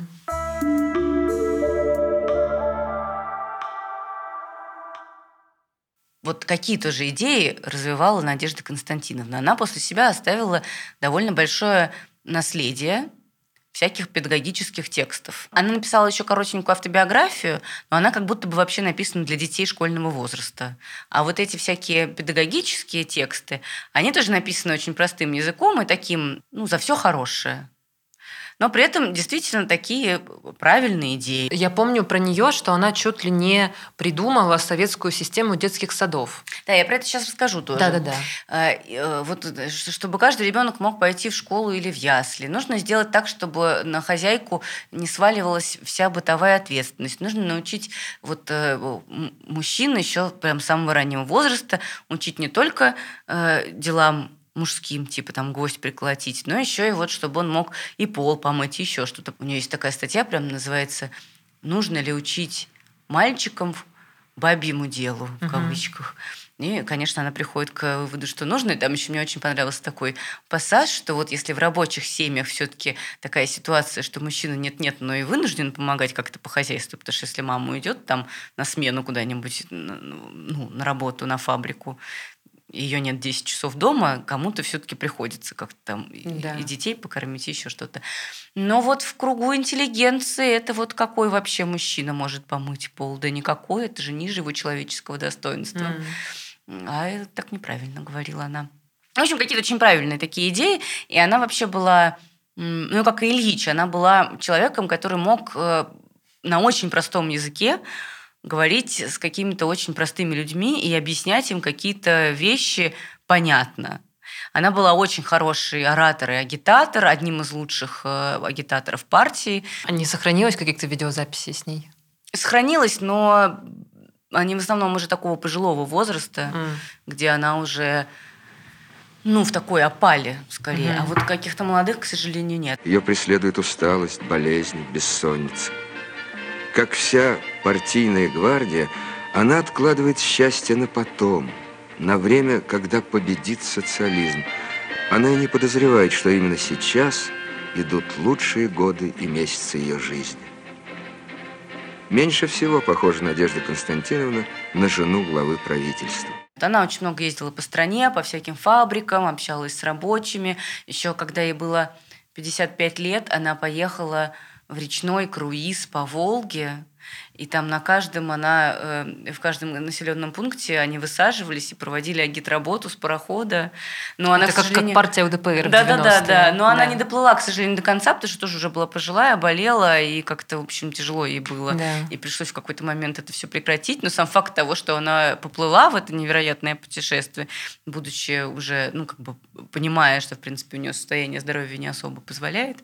Вот какие тоже идеи развивала Надежда Константиновна. Она после себя оставила довольно большое наследие всяких педагогических текстов. Она написала еще коротенькую автобиографию, но она как будто бы вообще написана для детей школьного возраста. А вот эти всякие педагогические тексты, они тоже написаны очень простым языком и таким, за все хорошее. Но при этом действительно такие правильные идеи. Я помню про нее, что она чуть ли не придумала советскую систему детских садов. Да, я про это сейчас расскажу тоже. Да. Вот, чтобы каждый ребенок мог пойти в школу или в ясли. Нужно сделать так, чтобы на хозяйку не сваливалась вся бытовая ответственность. Нужно научить мужчин еще прям с самого раннего возраста учить не только делам мужским, типа там гвоздь приколотить, но еще и чтобы он мог и пол помыть, еще что-то. У нее есть такая статья, прям называется «Нужно ли учить мальчикам бабьему делу», в кавычках. И, конечно, она приходит к выводу, что нужно. И там еще мне очень понравился такой пассаж, что вот если в рабочих семьях все-таки такая ситуация, что мужчина нет-нет, но и вынужден помогать как-то по хозяйству, потому что если мама уйдет там на смену куда-нибудь, на работу, на фабрику, ее нет 10 часов дома, кому-то все-таки приходится как-то там и детей покормить, и еще что-то. Но вот в кругу интеллигенции это вот какой вообще мужчина может помыть пол? Да никакой, это же ниже его человеческого достоинства. А это так неправильно, говорила она. В общем, какие-то очень правильные такие идеи. И она вообще была, как и Ильич, она была человеком, который мог на очень простом языке говорить с какими-то очень простыми людьми и объяснять им какие-то вещи понятно. Она была очень хороший оратор и агитатор, одним из лучших агитаторов партии. А не сохранилось каких-то видеозаписей с ней? Сохранилось, но они в основном уже такого пожилого возраста, где она уже в такой опале скорее. А вот каких-то молодых, к сожалению, нет. Ее преследует усталость, болезнь, бессонница. Как вся партийная гвардия, она откладывает счастье на потом, на время, когда победит социализм. Она и не подозревает, что именно сейчас идут лучшие годы и месяцы ее жизни. Меньше всего похожа Надежда Константиновна на жену главы правительства. Она очень много ездила по стране, по всяким фабрикам, общалась с рабочими. Еще когда ей было 55 лет, она поехала в речной круиз по Волге, и там в каждом населенном пункте они высаживались и проводили агитработу с парохода. Но она, это как партия УДПР в 90-е. Да. Но она не доплыла, к сожалению, до конца, потому что тоже уже была пожилая, болела, и как-то, в общем, тяжело ей было. Да. И пришлось в какой-то момент это все прекратить. Но сам факт того, что она поплыла в это невероятное путешествие, будучи уже, понимая, что, в принципе, у нее состояние здоровья не особо позволяет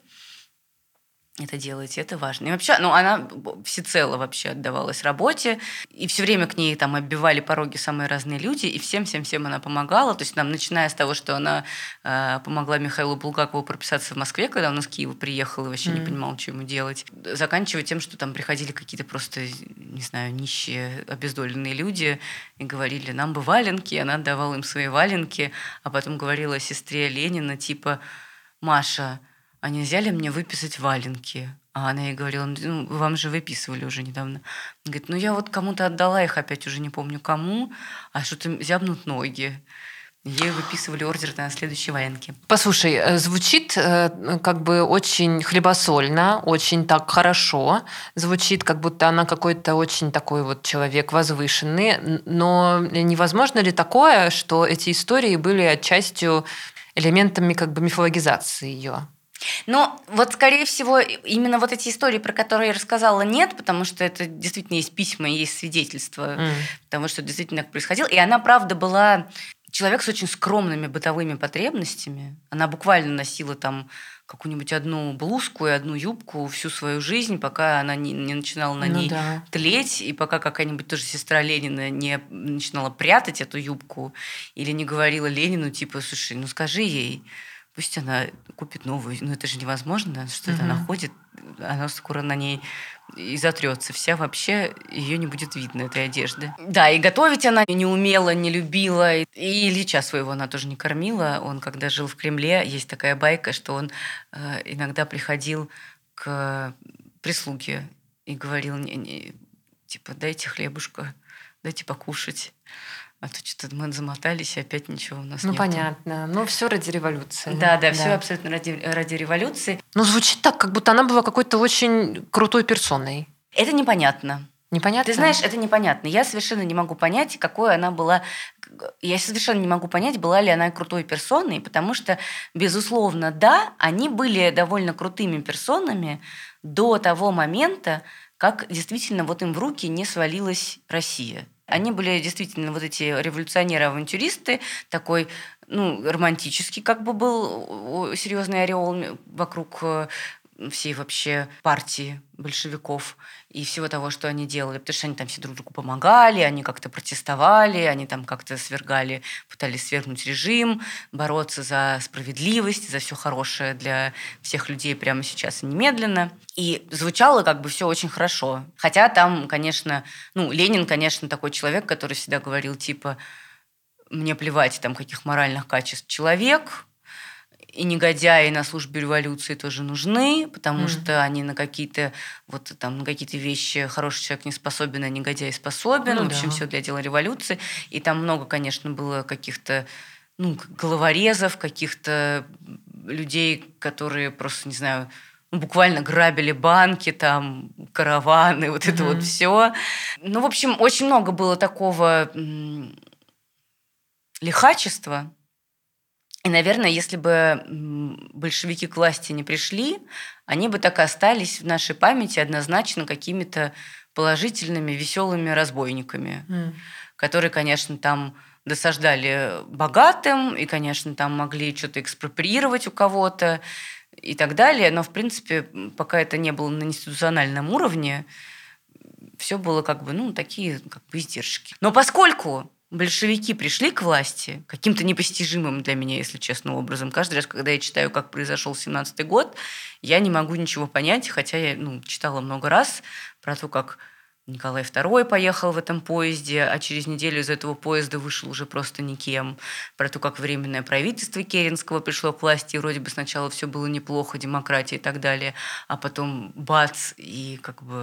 это делать, это важно. И вообще, она всецело вообще отдавалась работе, и все время к ней там оббивали пороги самые разные люди, и всем она помогала. То есть, начиная с того, что она помогла Михаилу Булгакову прописаться в Москве, когда он из Киева приехал и вообще не понимал, что ему делать, заканчивая тем, что там приходили какие-то просто, не знаю, нищие, обездоленные люди и говорили, нам бы валенки, и она отдавала им свои валенки, а потом говорила сестре Ленина, типа, Маша, а нельзя ли мне выписать валенки? А она ей говорила, вам же выписывали уже недавно. Она говорит, я вот кому-то отдала их, опять уже не помню кому, а что-то зябнут ноги. Ей выписывали ордер на следующие валенки. Послушай, звучит очень хлебосольно, очень так хорошо. Звучит, как будто она какой-то очень такой вот человек возвышенный. Но невозможно ли такое, что эти истории были отчасти элементами мифологизации ее? Скорее всего, именно вот эти истории, про которые я рассказала, нет, потому что это действительно есть письма, есть свидетельства того, что действительно так происходило. И она, правда, была человек с очень скромными бытовыми потребностями. Она буквально носила там какую-нибудь одну блузку и одну юбку всю свою жизнь, пока она не начинала на ней тлеть, и пока какая-нибудь тоже сестра Ленина не начинала прятать эту юбку или не говорила Ленину, типа, слушай, ну скажи ей, пусть она купит новую. Ну это же невозможно, что это она ходит, она скоро на ней и затрется вся, вообще ее не будет видно, этой одежды. Да, и готовить она не умела, не любила. И Ильича своего она тоже не кормила. Он, когда жил в Кремле, есть такая байка, что он иногда приходил к прислуге и говорил, типа, дайте хлебушка, дайте покушать. А то что-то мы замотались, и опять ничего у нас нет. Ну, понятно. Ну, все ради революции. Да, все абсолютно ради революции. Ну, звучит так, как будто она была какой-то очень крутой персоной. Это непонятно. Непонятно? Ты знаешь, это непонятно. Я совершенно не могу понять, какой она была... Я совершенно не могу понять, была ли она крутой персоной, потому что, безусловно, да, они были довольно крутыми персонами до того момента, как действительно вот им в руки не свалилась Россия. Они были действительно вот эти революционеры-авантюристы, такой, романтический как бы был серьезный ореол вокруг всей вообще партии большевиков и всего того, что они делали, потому что они там все друг другу помогали, они как-то протестовали, они там как-то пытались свергнуть режим, бороться за справедливость, за все хорошее для всех людей прямо сейчас и немедленно. И звучало как бы все очень хорошо. Хотя там, конечно, Ленин, конечно, такой человек, который всегда говорил, типа, мне плевать, там, каких моральных качеств человек, и негодяи на службе революции тоже нужны, потому что они на какие-то вещи хороший человек не способен, а негодяй способен. В общем, все для дела революции. И там много, конечно, было каких-то головорезов, каких-то людей, которые просто, не знаю, буквально грабили банки, там, караваны, вот это вот все. В общем, очень много было такого лихачества. И, наверное, если бы большевики к власти не пришли, они бы так и остались в нашей памяти однозначно какими-то положительными, веселыми разбойниками, которые, конечно, там досаждали богатым и, конечно, там могли что-то экспроприировать у кого-то и так далее. Но, в принципе, пока это не было на институциональном уровне, все было такие издержки. Но поскольку большевики пришли к власти каким-то непостижимым для меня, если честно, образом. Каждый раз, когда я читаю, как произошел 17-й год, я не могу ничего понять, хотя я читала много раз про то, как Николай II поехал в этом поезде, а через неделю из этого поезда вышел уже просто никем. Про то, как Временное правительство Керенского пришло к власти, и вроде бы сначала все было неплохо, демократия и так далее, а потом бац, и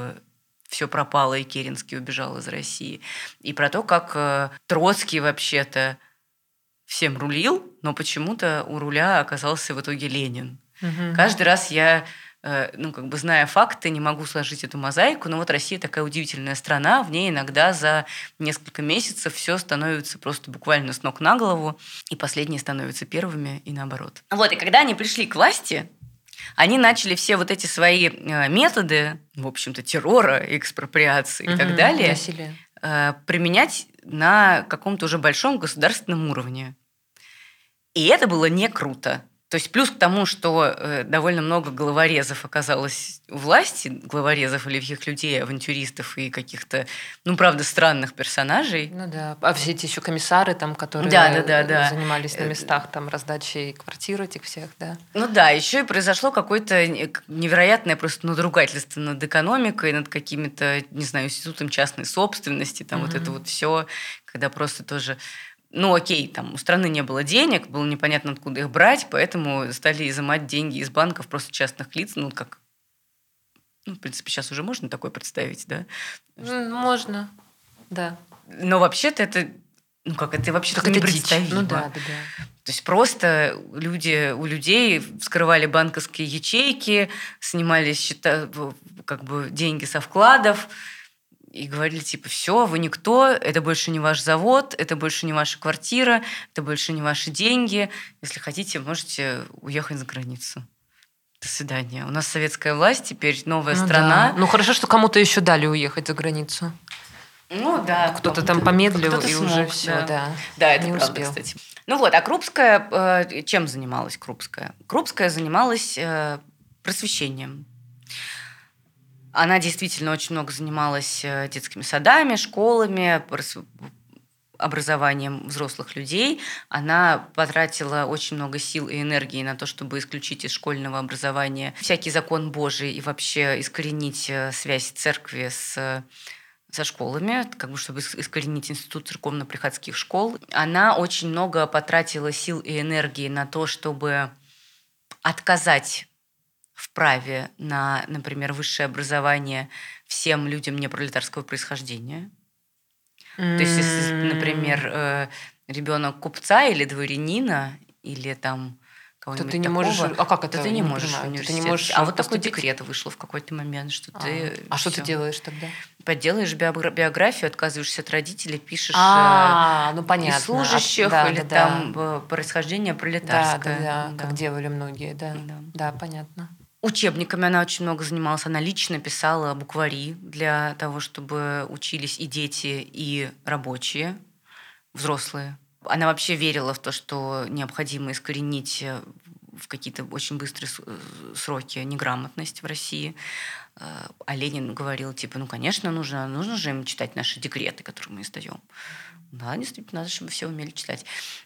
все пропало, и Керенский убежал из России. И про то, как Троцкий вообще-то всем рулил, но почему-то у руля оказался в итоге Ленин. Каждый раз я, зная факты, не могу сложить эту мозаику, но вот Россия такая удивительная страна, в ней иногда за несколько месяцев все становится просто буквально с ног на голову, и последние становятся первыми, и наоборот. И когда они пришли к власти, они начали все вот эти свои методы, в общем-то, террора, экспроприации и так далее, применять на каком-то уже большом государственном уровне. И это было не круто. То есть плюс к тому, что довольно много головорезов оказалось у власти, головорезов или каких людей, авантюристов и каких-то, правда, странных персонажей. А все эти еще комиссары, там, которые занимались на местах там, раздачей квартир этих всех, да. Еще и произошло какое-то невероятное просто надругательство над экономикой, над какими-то, не знаю, институтом частной собственности, там вот это вот все, когда просто тоже... окей, там у страны не было денег, было непонятно, откуда их брать, поэтому стали изымать деньги из банков просто частных лиц, в принципе, сейчас уже можно такое представить, да? Можно, да. Но вообще-то это, это вообще-то непредставимо. Да. То есть просто у людей вскрывали банковские ячейки, снимали счета, деньги со вкладов, и говорили, все, вы никто, это больше не ваш завод, это больше не ваша квартира, это больше не ваши деньги. Если хотите, можете уехать за границу. До свидания. У нас советская власть, теперь новая страна. Да. Хорошо, что кому-то еще дали уехать за границу. Ну да. Кто-то там помедлил, кто-то и смог, уже все, да. да. Да, это не правда, успел. кстати. Ну вот, а Крупская, чем занималась Крупская? Крупская занималась просвещением. Она действительно очень много занималась детскими садами, школами, образованием взрослых людей. Она потратила очень много сил и энергии на то, чтобы исключить из школьного образования всякий закон Божий и вообще искоренить связь церкви со школами, как бы чтобы искоренить институт церковно-приходских школ. Она очень много потратила сил и энергии на то, чтобы отказать в праве на, например, высшее образование всем людям непролетарского происхождения. То есть, если, например, ребенок купца или дворянина, или там кого-нибудь то ты не такого, можешь... А как это? то ты не можешь в Ты университет. не можешь А вот такой поступить? декрет вышел в какой-то момент, что ты... А что ты всё. делаешь тогда? Подделаешь биографию, отказываешься от родителей, пишешь Ну понятно. из служащих Да, или да, там да. происхождение Да, пролетарское. да, как делали многие, да. Да, понятно. Учебниками она очень много занималась. Она лично писала буквари для того, чтобы учились и дети, и рабочие, взрослые. Она вообще верила в то, что необходимо искоренить в какие-то очень быстрые сроки неграмотность в России. А Ленин говорил, типа, ну, конечно, нужно же им читать наши декреты, которые мы издаем. Да, действительно, надо, чтобы все умели читать.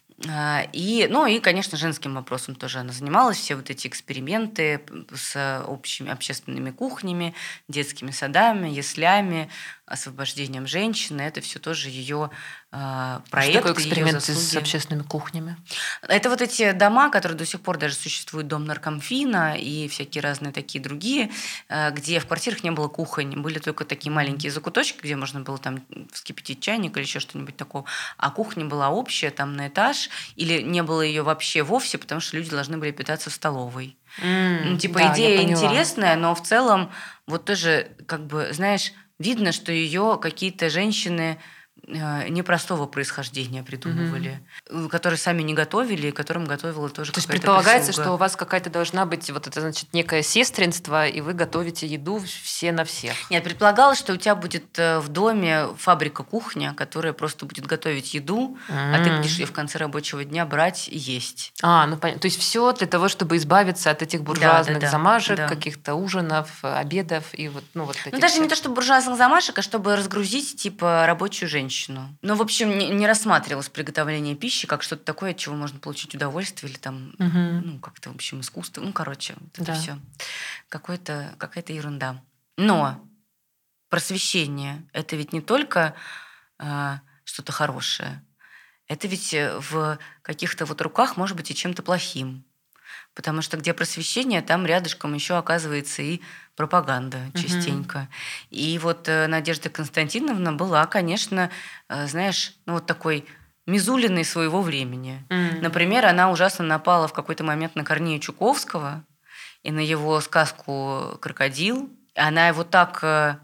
И, конечно, женским вопросом тоже она занималась. Все вот эти эксперименты с общими общественными кухнями, детскими садами, яслями, освобождением женщины. Это все тоже ее проект. Что такое эксперименты с заслуги. общественными кухнями? Это вот эти дома, которые до сих пор даже существуют, дом наркомфина и всякие разные такие другие, где в квартирах не было кухонь, были только такие маленькие закуточки, где можно было там вскипятить чайник или еще что-нибудь такого, а кухня была общая, там на этаж, или не было ее вообще вовсе, потому что люди должны были питаться в столовой. Да, идея я поняла. интересная, но в целом вот тоже, как бы, знаешь, видно, что ее какие-то женщины непростого происхождения придумывали, которые сами не готовили, и которым готовила тоже То есть какая-то предполагается, прислуга. что у вас какая-то должна быть вот это, значит, некое сестринство, и вы готовите еду все на всех. Нет, предполагалось, что у тебя будет в доме фабрика-кухня, которая просто будет готовить еду, а ты будешь ее в конце рабочего дня брать и есть. Ну понятно. То есть все для того, чтобы избавиться от этих буржуазных Да. замашек, Да. каких-то ужинов, обедов и вот этих. Ну, даже не то, чтобы буржуазных замашек, а чтобы разгрузить, типа, рабочую женщину. Ну, в общем, не рассматривалось приготовление пищи как что-то такое, от чего можно получить удовольствие или там, как-то, в общем, искусство. Ну, короче, вот это все. Какая-то ерунда. Но просвещение – это ведь не только что-то хорошее. Это ведь в каких-то вот руках может быть и чем-то плохим. Потому что где просвещение, там рядышком еще оказывается и пропаганда частенько. И вот Надежда Константиновна была, конечно, знаешь, вот такой Мизулиной своего времени. Например, она ужасно напала в какой-то момент на Корнея Чуковского и на его сказку «Крокодил». Она его так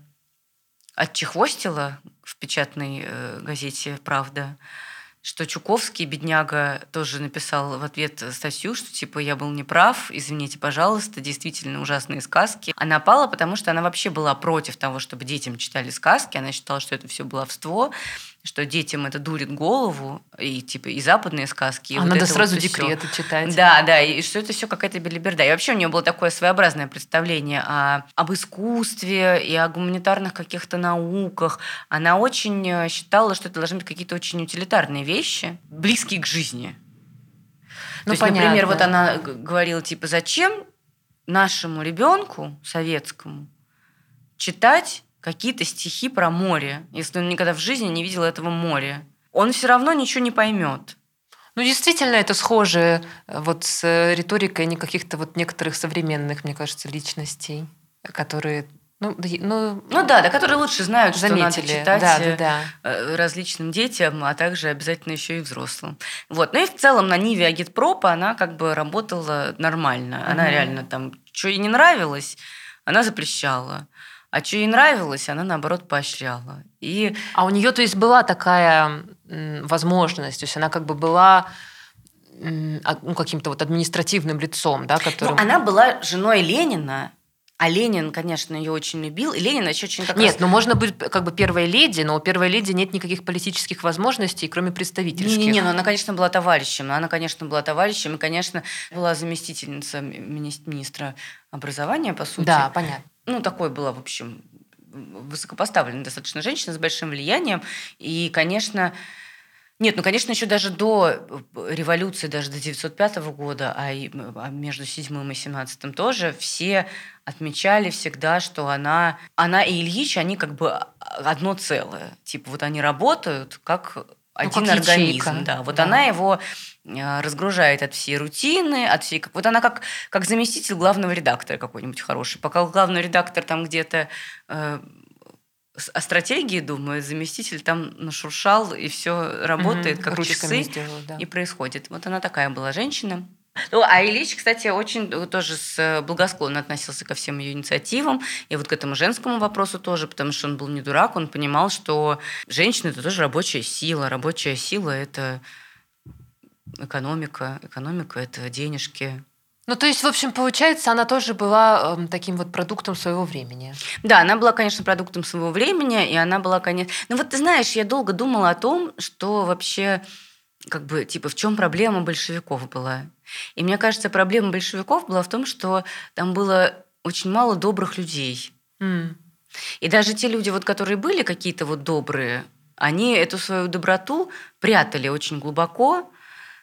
отчехвостила в печатной газете «Правда», что Чуковский, бедняга, тоже написал в ответ статью, что типа я был неправ, извините, пожалуйста, действительно ужасные сказки. Она пала, потому что она вообще была против того, чтобы детям читали сказки. Она считала, что это все баловство, что детям это дурит голову, и типа и западные сказки. И надо это сразу вот декреты читать. Да, и что это все какая-то белиберда. И вообще у нее было такое своеобразное представление об искусстве и о гуманитарных каких-то науках. Она очень считала, что это должны быть какие-то очень утилитарные вещи, близкие к жизни. То есть, понятно. например, вот она говорила, типа, зачем нашему ребенку советскому читать какие-то стихи про море, если он никогда в жизни не видел этого моря? Он все равно ничего не поймет. Действительно, это схоже вот с риторикой каких-то вот некоторых современных, мне кажется, личностей, которые... которые лучше знают, заметили, что надо читать да. различным детям, а также обязательно еще и взрослым. Вот. Ну и в целом на ниве агитпропа она как бы работала нормально. Она реально там, что ей не нравилось, она запрещала. А что ей нравилось, она, наоборот, поощряла. А у нее, то есть, была такая возможность, то есть она как бы была каким-то вот административным лицом, да, которым... Она была женой Ленина, А Ленин, конечно, ее очень любил. И Ленин еще очень Нет, можно быть как бы первой леди, но у первой леди нет никаких политических возможностей, кроме представительских. Не, она, конечно, была товарищем. И, конечно, была заместительница министра образования, по сути. Да, понятно. Такой была, в общем, высокопоставленная достаточно женщина с большим влиянием. И, конечно... Нет, конечно, еще даже до революции, даже до 1905 года, а между 7 и 17 тоже, все отмечали всегда, что она и Ильич, они как бы одно целое. Типа вот они работают как один как организм. ячейка. Да. Вот она его разгружает от всей рутины, вот она как заместитель главного редактора какой-нибудь хороший. Пока главный редактор там где-то... о стратегии думаю, заместитель там нашуршал, и все работает, как часы, и происходит. Вот она такая была женщина. А Ильич, кстати, очень тоже благосклонно относился ко всем ее инициативам, и вот к этому женскому вопросу тоже, потому что он был не дурак, он понимал, что женщина – это тоже рабочая сила. Рабочая сила – это экономика, это денежки. То есть, в общем, получается, она тоже была таким вот продуктом своего времени. Да, она была, конечно, продуктом своего времени, и она была, конечно... ты знаешь, я долго думала о том, что вообще, в чем проблема большевиков была. И мне кажется, проблема большевиков была в том, что там было очень мало добрых людей. И даже те люди, которые были какие-то добрые, они эту свою доброту прятали очень глубоко,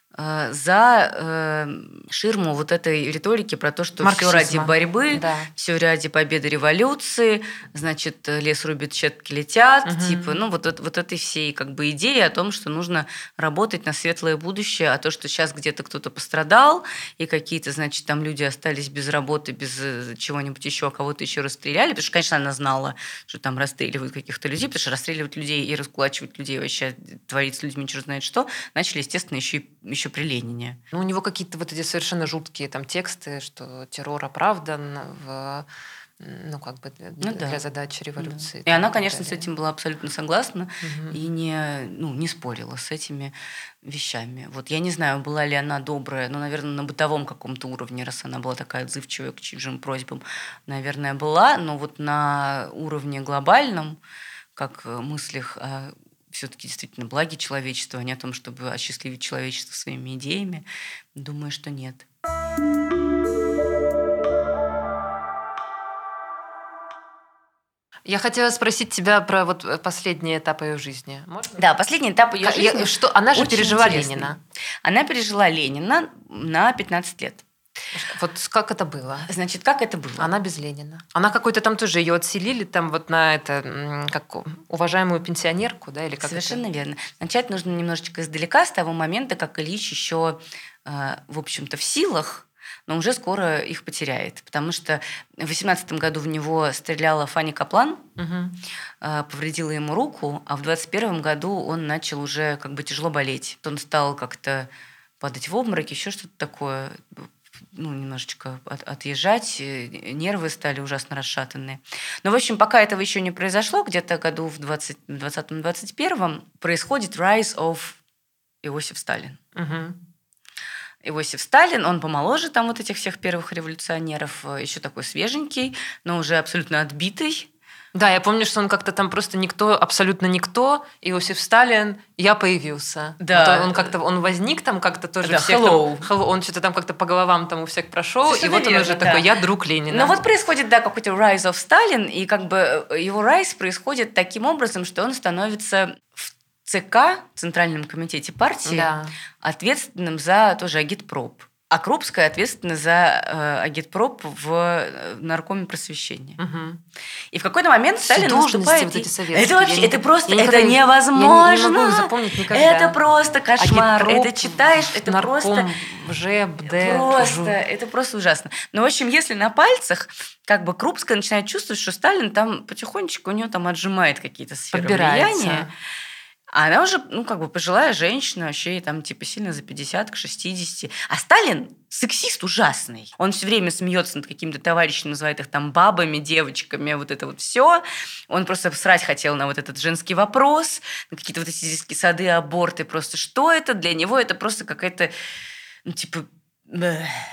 за ширму вот этой риторики про то, что все ради борьбы, все ради победы революции, значит, лес рубит, щепки летят, вот этой всей идеи о том, что нужно работать на светлое будущее, а то, что сейчас где-то кто-то пострадал, и какие-то, значит, там люди остались без работы, без чего-нибудь еще, а кого-то еще расстреляли, потому что, конечно, она знала, что там расстреливают каких-то людей, потому что расстреливать людей и раскулачивать людей, вообще творить с людьми черт знает что, начали, естественно, еще при Ленине. У него какие-то эти совершенно жуткие там тексты, что террор оправдан для задачи революции. Да. И она, конечно, с этим была абсолютно согласна и не спорила с этими вещами. Я не знаю, была ли она добрая, наверное, на бытовом каком-то уровне, раз она была такая отзывчивая к чужим просьбам, наверное, была, но на уровне глобальном, как мыслях о все-таки действительно благе человечества, а не о том, чтобы осчастливить человечество своими идеями, думаю, что нет. Я хотела спросить тебя про последний этап ее жизни. Можно? Да, последний этап ее жизни. Она же пережила Ленина. Она пережила Ленина на 15 лет. Как это было? Значит, как это было? Она без Ленина. Она какой-то там тоже, ее отселили там на это, как уважаемую пенсионерку, да? Или как Совершенно верно. Начать нужно немножечко издалека, с того момента, как Ильич еще, в общем-то, в силах, но уже скоро их потеряет. Потому что в 18 году в него стреляла Фанни Каплан, повредила ему руку, а в 21 году он начал уже тяжело болеть. Он стал как-то падать в обморок, еще что-то такое, немножечко отъезжать, нервы стали ужасно расшатанные. Но, в общем, пока этого еще не произошло, где-то году в 20-21 происходит rise of Иосиф Сталин. Иосиф Сталин, он помоложе там этих всех первых революционеров, еще такой свеженький, но уже абсолютно отбитый. Да, я помню, что он как-то там просто никто, абсолютно никто, Иосиф Сталин, я появился. Да. Он возник там как-то тоже да, всех hello. Там, он что-то там как-то по головам там у всех прошел, Совершенно и он верно, уже такой, я друг Ленина. Но происходит, какой-то rise of Сталин, и его rise происходит таким образом, что он становится в ЦК, Центральном комитете партии, ответственным за тоже агитпроп. А Крупская ответственна за агитпроп в наркоме просвещения. И в какой-то момент Сталин наступает... Это просто невозможно. Я не могу запомнить никогда. Это просто кошмар. Агитпроп, это читаешь, это нарком, это просто ужасно. Но, в общем, если на пальцах Крупская начинает чувствовать, что Сталин там потихонечку у нее там отжимает какие-то сферы влияния. А она уже, пожилая женщина, вообще ей там сильно за 50, к 60. А Сталин сексист ужасный. Он все время смеется над какими-то товарищами, называет их там бабами, девочками, это все. Он просто срать хотел на этот женский вопрос, на какие-то эти детские сады, аборты. Просто что это? Для него это просто какая-то,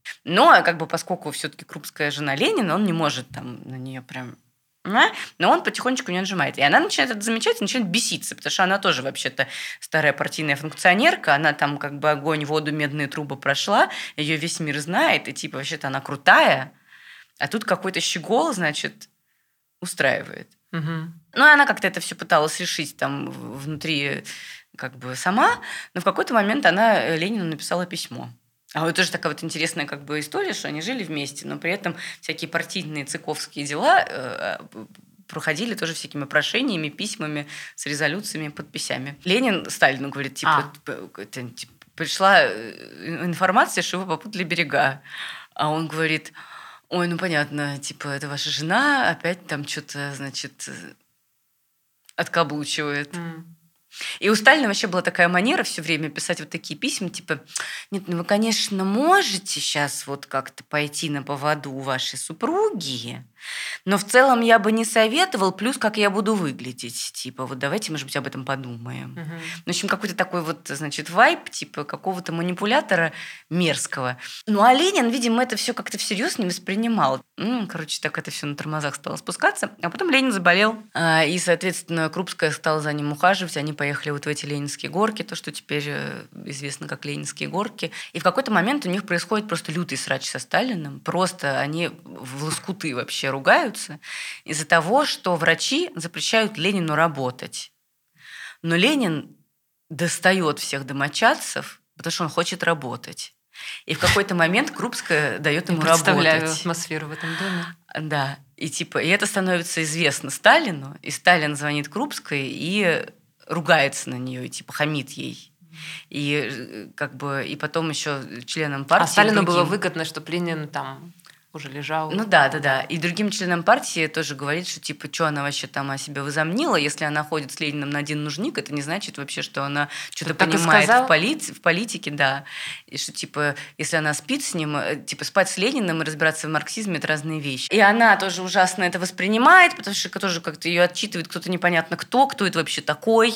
Но как бы поскольку все-таки Крупская жена Ленина, он не может там на нее прям... Но он потихонечку не отжимает. И она начинает это замечать и начинает беситься, потому что она тоже вообще-то старая партийная функционерка, она там как бы огонь, воду, медные трубы прошла, ее весь мир знает, и типа вообще-то она крутая, а тут какой-то щегол, значит, устраивает. Угу. Ну, и она как-то это все пыталась решить там внутри как бы сама, но в какой-то момент она Ленину написала письмо. А вот тоже такая вот интересная как бы история, что они жили вместе, но при этом всякие партийные цыковские дела проходили тоже всякими прошениями, письмами с резолюциями, подписями. Ленин Сталину говорит, типа, пришла информация, что вы попутали берега. А он говорит, ой, ну понятно, типа, это ваша жена опять там что-то, значит, откаблучивает. И у Сталина вообще была такая манера все время писать вот такие письма, типа, нет, ну вы, конечно, можете сейчас вот как-то пойти на поводу у вашей супруги, но в целом я бы не советовал, плюс как я буду выглядеть. Типа, вот давайте, может быть, об этом подумаем. В общем, какой-то такой вот, значит, вайб, типа какого-то манипулятора мерзкого. Ну, а Ленин, видимо, это все как-то всерьез не воспринимал. Короче, так это все на тормозах стало спускаться. А потом Ленин заболел, и, соответственно, Крупская стала за ним ухаживать. Они поехали вот в эти Ленинские горки, то, что теперь известно как Ленинские горки. И в какой-то момент у них происходит просто лютый срач со Сталиным. Просто они в лоскуты вообще ругаются из-за того, что врачи запрещают Ленину работать. Но Ленин достает всех домочадцев, потому что он хочет работать. И в какой-то момент Крупская дает ему работать. Я представляю атмосферу в этом доме. Да. И это становится известно Сталину, и Сталин звонит Крупской и ругается на нее, и типа хамит ей. И как бы и потом еще членам партии. А Сталину было выгодно, что Ленин там уже лежал. Ну да. И другим членам партии тоже говорит, что типа, что она вообще там о себе возомнила, если она ходит с Лениным на один нужник, это не значит вообще, что она что-то понимает в политике, да. И что типа, если она спит с ним, типа спать с Лениным и разбираться в марксизме – это разные вещи. И она тоже ужасно это воспринимает, потому что тоже как-то ее отчитывает кто-то непонятно кто это вообще такой.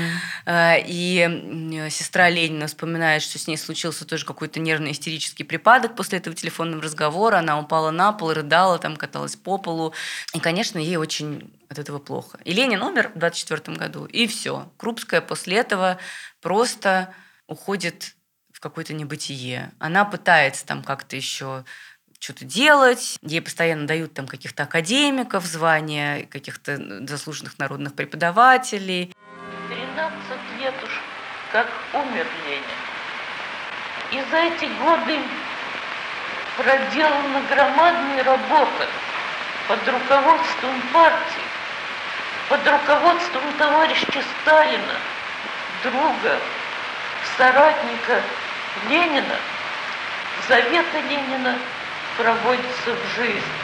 И сестра Ленина вспоминает, что с ней случился тоже какой-то нервный истерический припадок после этого телефонного разговора, она упала на пол, рыдала, там каталась по полу. И, конечно, ей очень от этого плохо. И Ленин умер в 1924 году, и все. Крупская после этого просто уходит в какое-то небытие. Она пытается там как-то еще что-то делать. Ей постоянно дают там каких-то академиков, звания каких-то заслуженных народных преподавателей. 13 лет уж как умер Ленин. И за эти годы проделана громадная работа под руководством партии, под руководством товарища Сталина, друга, соратника Ленина. Заветы Ленина проводятся в жизнь.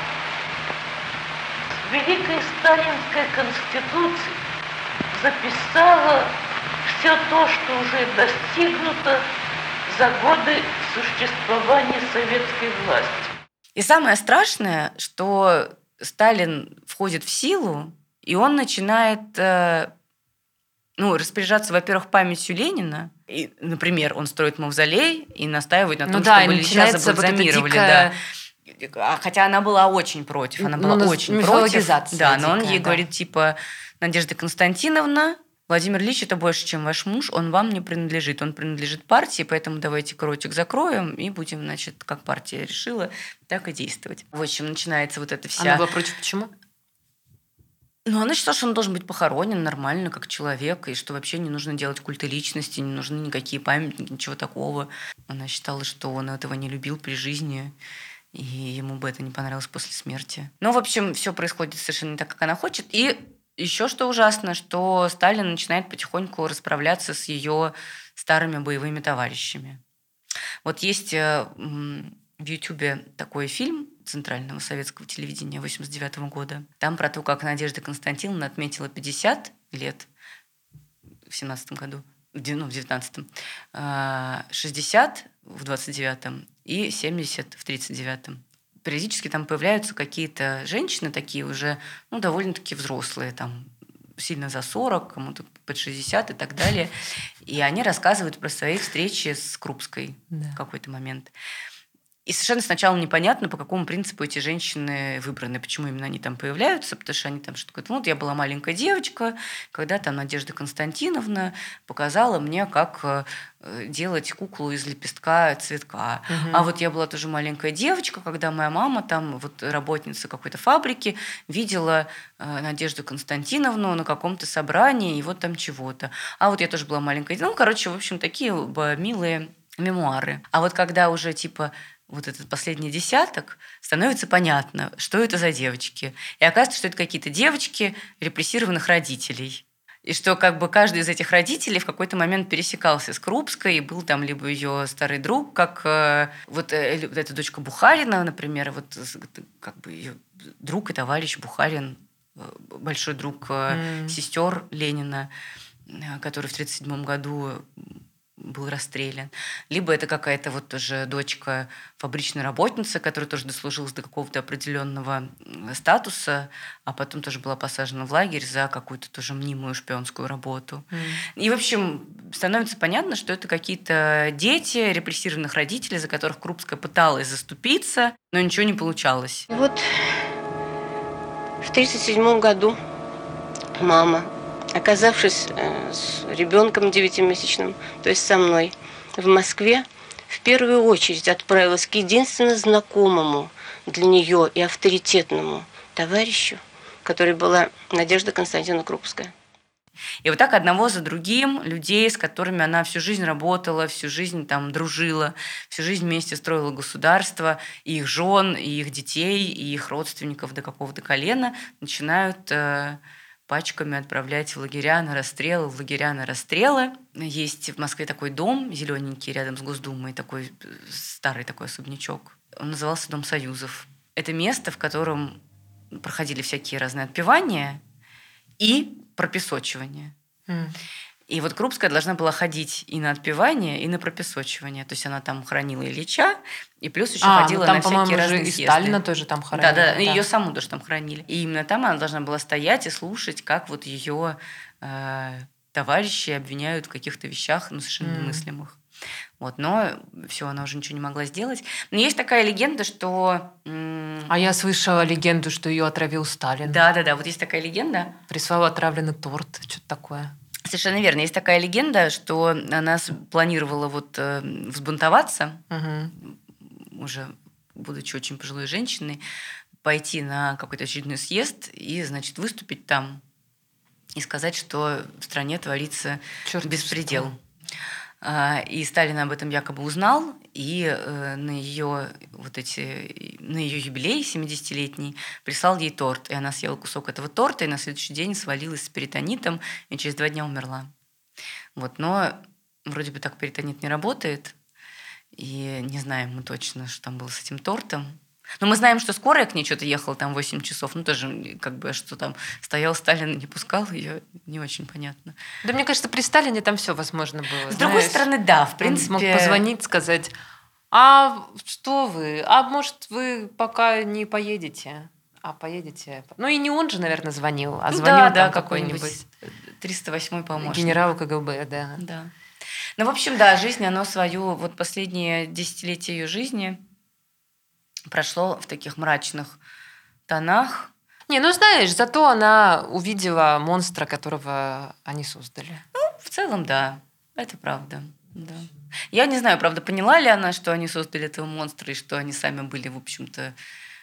Великая Сталинская Конституция записала все то, что уже достигнуто за годы существования советской власти. И самое страшное, что Сталин входит в силу, и он начинает распоряжаться, во-первых, памятью Ленина. И, например, он строит мавзолей и настаивает на том, чтобы Ильича забальзамировали. Да. Хотя она была очень против. Она была очень против. Да, но он ей говорит, типа, Надежда Константиновна, Владимир Ильич – это больше, чем ваш муж, он вам не принадлежит, он принадлежит партии, поэтому давайте кротик закроем и будем, значит, как партия решила, так и действовать. В общем, начинается вот эта вся... Она была против почему? Она считала, что он должен быть похоронен нормально, как человек, и что вообще не нужно делать культы личности, не нужны никакие памятники, ничего такого. Она считала, что он этого не любил при жизни, и ему бы это не понравилось после смерти. В общем, все происходит совершенно не так, как она хочет, и еще что ужасно, что Сталин начинает потихоньку расправляться с ее старыми боевыми товарищами. Вот есть в Ютубе такой фильм Центрального советского телевидения 1989 года. Там про то, как Надежда Константиновна отметила 50 лет в 1917 году, в 19-м, 60 в 29-м и 70 в 39-м. Периодически там появляются какие-то женщины такие уже, довольно-таки взрослые, там, сильно за 40, кому-то под 60 и так далее. И они рассказывают про свои встречи с Крупской в какой-то момент. И совершенно сначала непонятно, по какому принципу эти женщины выбраны, почему именно они там появляются, потому что они там что-то говорят, вот я была маленькая девочка, когда там Надежда Константиновна показала мне, как делать куклу из лепестка цветка. А вот я была тоже маленькая девочка, когда моя мама, там вот работница какой-то фабрики, видела Надежду Константиновну на каком-то собрании, и вот там чего-то. А вот я тоже была маленькая. Ну, короче, в общем, такие милые мемуары. А вот когда уже типа вот этот последний десяток, становится понятно, что это за девочки. И оказывается, что это какие-то девочки репрессированных родителей. И что как бы каждый из этих родителей в какой-то момент пересекался с Крупской, и был там либо ее старый друг, как вот эта дочка Бухарина, например, вот как бы ее друг и товарищ Бухарин, большой друг сестер Ленина, который в 1937 году был расстрелян. Либо это какая-то вот тоже дочка фабричной работницы, которая тоже дослужилась до какого-то определенного статуса, а потом тоже была посажена в лагерь за какую-то тоже мнимую шпионскую работу. И, в общем, становится понятно, что это какие-то дети репрессированных родителей, за которых Крупская пыталась заступиться, но ничего не получалось. И вот в 1937 году мама, оказавшись с ребенком 9-месячным, то есть со мной, в Москве, в первую очередь отправилась к единственно знакомому для нее и авторитетному товарищу, который была Надежда Константиновна Крупская. И вот так одного за другим людей, с которыми она всю жизнь работала, всю жизнь там дружила, всю жизнь вместе строила государство, и их жен, и их детей, и их родственников до какого-то колена начинают пачками отправлять в лагеря на расстрелы, Есть в Москве такой дом зелененький рядом с Госдумой, такой старый такой особнячок. Он назывался Дом Союзов. Это место, в котором проходили всякие разные отпевания и пропесочивание. И вот Крупская должна была ходить и на отпевание, и на пропесочивание. То есть она там хранила Ильича, и плюс еще ходила там, на всякие разные и съезды. Сталина тоже там хоронили. Да, ее саму тоже там хранили. И именно там она должна была стоять и слушать, как вот ее товарищи обвиняют в каких-то вещах, совершенно немыслимых. Вот, но все, она уже ничего не могла сделать. Но есть такая легенда, что... А я слышала легенду, что ее отравил Сталин. Да, вот есть такая легенда. Прислал отравленный торт, что-то такое. Совершенно верно. Есть такая легенда, что она планировала вот взбунтоваться, уже будучи очень пожилой женщиной, пойти на какой-то очередной съезд и, значит, выступить там и сказать, что в стране творится беспредел. И Сталин об этом якобы узнал, и на ее юбилей 70-летний прислал ей торт. И она съела кусок этого торта, и на следующий день свалилась с перитонитом, и через 2 дня умерла. Вот, но вроде бы так перитонит не работает, и не знаем мы точно, что там было с этим тортом. Но мы знаем, что скорая к ней что-то ехала там 8 часов. Ну, тоже как бы, что там стоял Сталин и не пускал ее, не очень понятно. Да, мне кажется, при Сталине там все возможно было. С другой стороны, да, в принципе... Он мог позвонить, сказать, а что вы? А может, вы пока не поедете? А поедете? Ну, и не он же, наверное, звонил, а звонил там какой-нибудь 308-й помощник. Генерал КГБ, да. Да. Ну, в общем, да, жизнь, она свою, вот последние десятилетия ее жизни прошло в таких мрачных тонах. Не, ну знаешь, зато она увидела монстра, которого они создали. Ну, в целом, да, это правда. Да. Я не знаю, правда, поняла ли она, что они создали этого монстра, и что они сами были, в общем-то,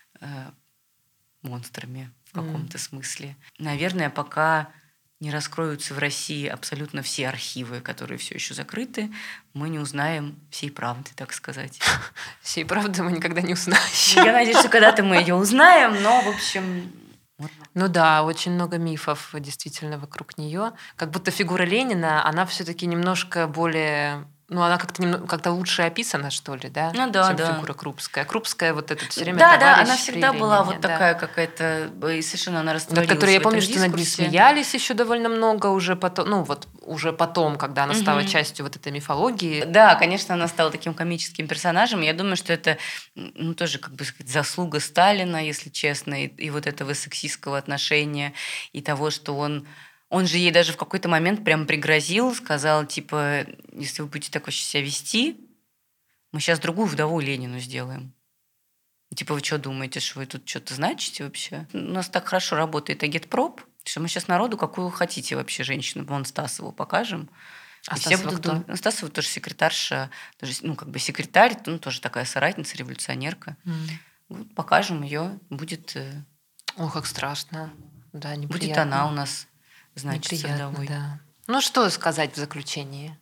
монстрами в каком-то смысле. Наверное, пока не раскроются в России абсолютно все архивы, которые все еще закрыты, мы не узнаем всей правды, так сказать. Всей правды мы никогда не узнаем. Я надеюсь, что когда-то мы ее узнаем, но, в общем... Ну да, очень много мифов действительно вокруг нее. Как будто фигура Ленина, она все-таки немножко более... Ну, она как-то лучше описана, что ли, да? Ну да, чем да. фигура Крупская. Крупская вот это все время Да, она всегда была вот такая какая-то, и совершенно она растворилась над которой я помню, что над ней смеялись еще довольно много уже потом, ну вот уже потом, когда она стала частью вот этой мифологии. Да, конечно, она стала таким комическим персонажем. Я думаю, что это тоже, как бы сказать, заслуга Сталина, если честно, и вот этого сексистского отношения, и того, что он же ей даже в какой-то момент прям пригрозил, сказал, типа, если вы будете так вообще себя вести, Мы сейчас другую вдову Ленину сделаем. Типа, вы что думаете, что вы тут что-то значите вообще? У нас так хорошо работает агитпроп, что мы сейчас народу какую хотите вообще женщину. Вон Стасову покажем. А все будут думать. Стасова тоже секретарша, тоже, секретарь, тоже такая соратница, революционерка. Вот покажем ее, будет... Ой, как страшно. Да, неприятно. Будет она у нас, значит, вдовой. Да. Ну, что сказать в заключении?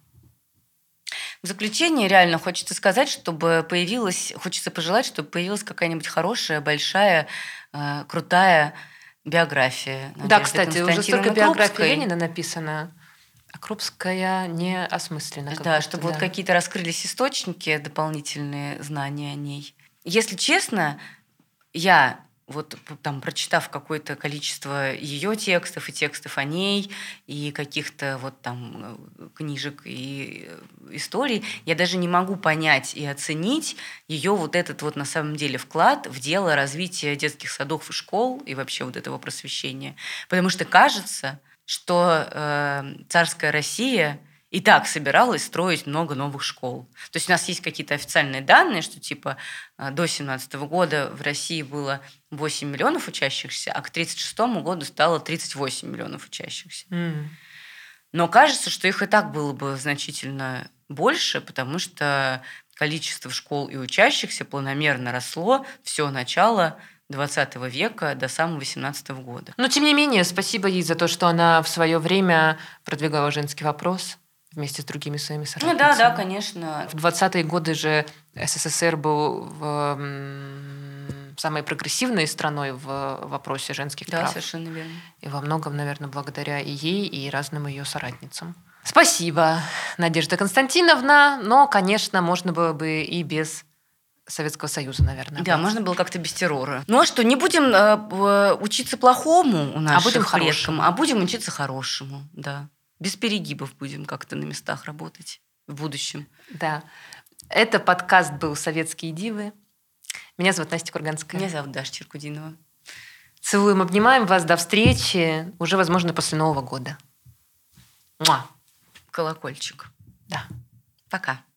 В заключение реально хочется сказать, хочется пожелать, чтобы появилась какая-нибудь хорошая, большая, крутая биография. Да, кстати, уже столько биографий Ленина написано, а Крупская не осмыслена. Да, чтобы вот какие-то раскрылись источники, дополнительные знания о ней. Если честно, я вот там, прочитав какое-то количество ее текстов и текстов о ней, и каких-то вот там книжек и историй, я даже не могу понять и оценить ее вот этот вот на самом деле вклад в дело развития детских садов и школ и вообще вот этого просвещения. Потому что кажется, что царская Россия и так собиралась строить много новых школ. То есть у нас есть какие-то официальные данные, что типа до 2017 года в России было 8 миллионов учащихся, а к 1936 году стало 38 миллионов учащихся. Но кажется, что их и так было бы значительно больше, потому что количество школ и учащихся планомерно росло все начало 20 века до самого 18 года. Но, тем не менее, спасибо ей за то, что она в свое время продвигала женский вопрос вместе с другими своими соратницами. Да, конечно. В 20-е годы же СССР был самой прогрессивной страной в вопросе женских прав. Да, совершенно верно. И во многом, наверное, благодаря и ей, и разным ее соратницам. Спасибо, Надежда Константиновна. Но, конечно, можно было бы и без Советского Союза, наверное. Да, можно было как-то без террора. Ну а что, не будем учиться плохому у наших предков, а будем учиться хорошему, да. Без перегибов будем как-то на местах работать в будущем. Да. Это подкаст был «Советские дивы». Меня зовут Настя Курганская. Меня зовут Даша Черкудинова. Целуем, обнимаем вас. До встречи. Уже, возможно, после Нового года. Муа. Колокольчик. Да. Пока.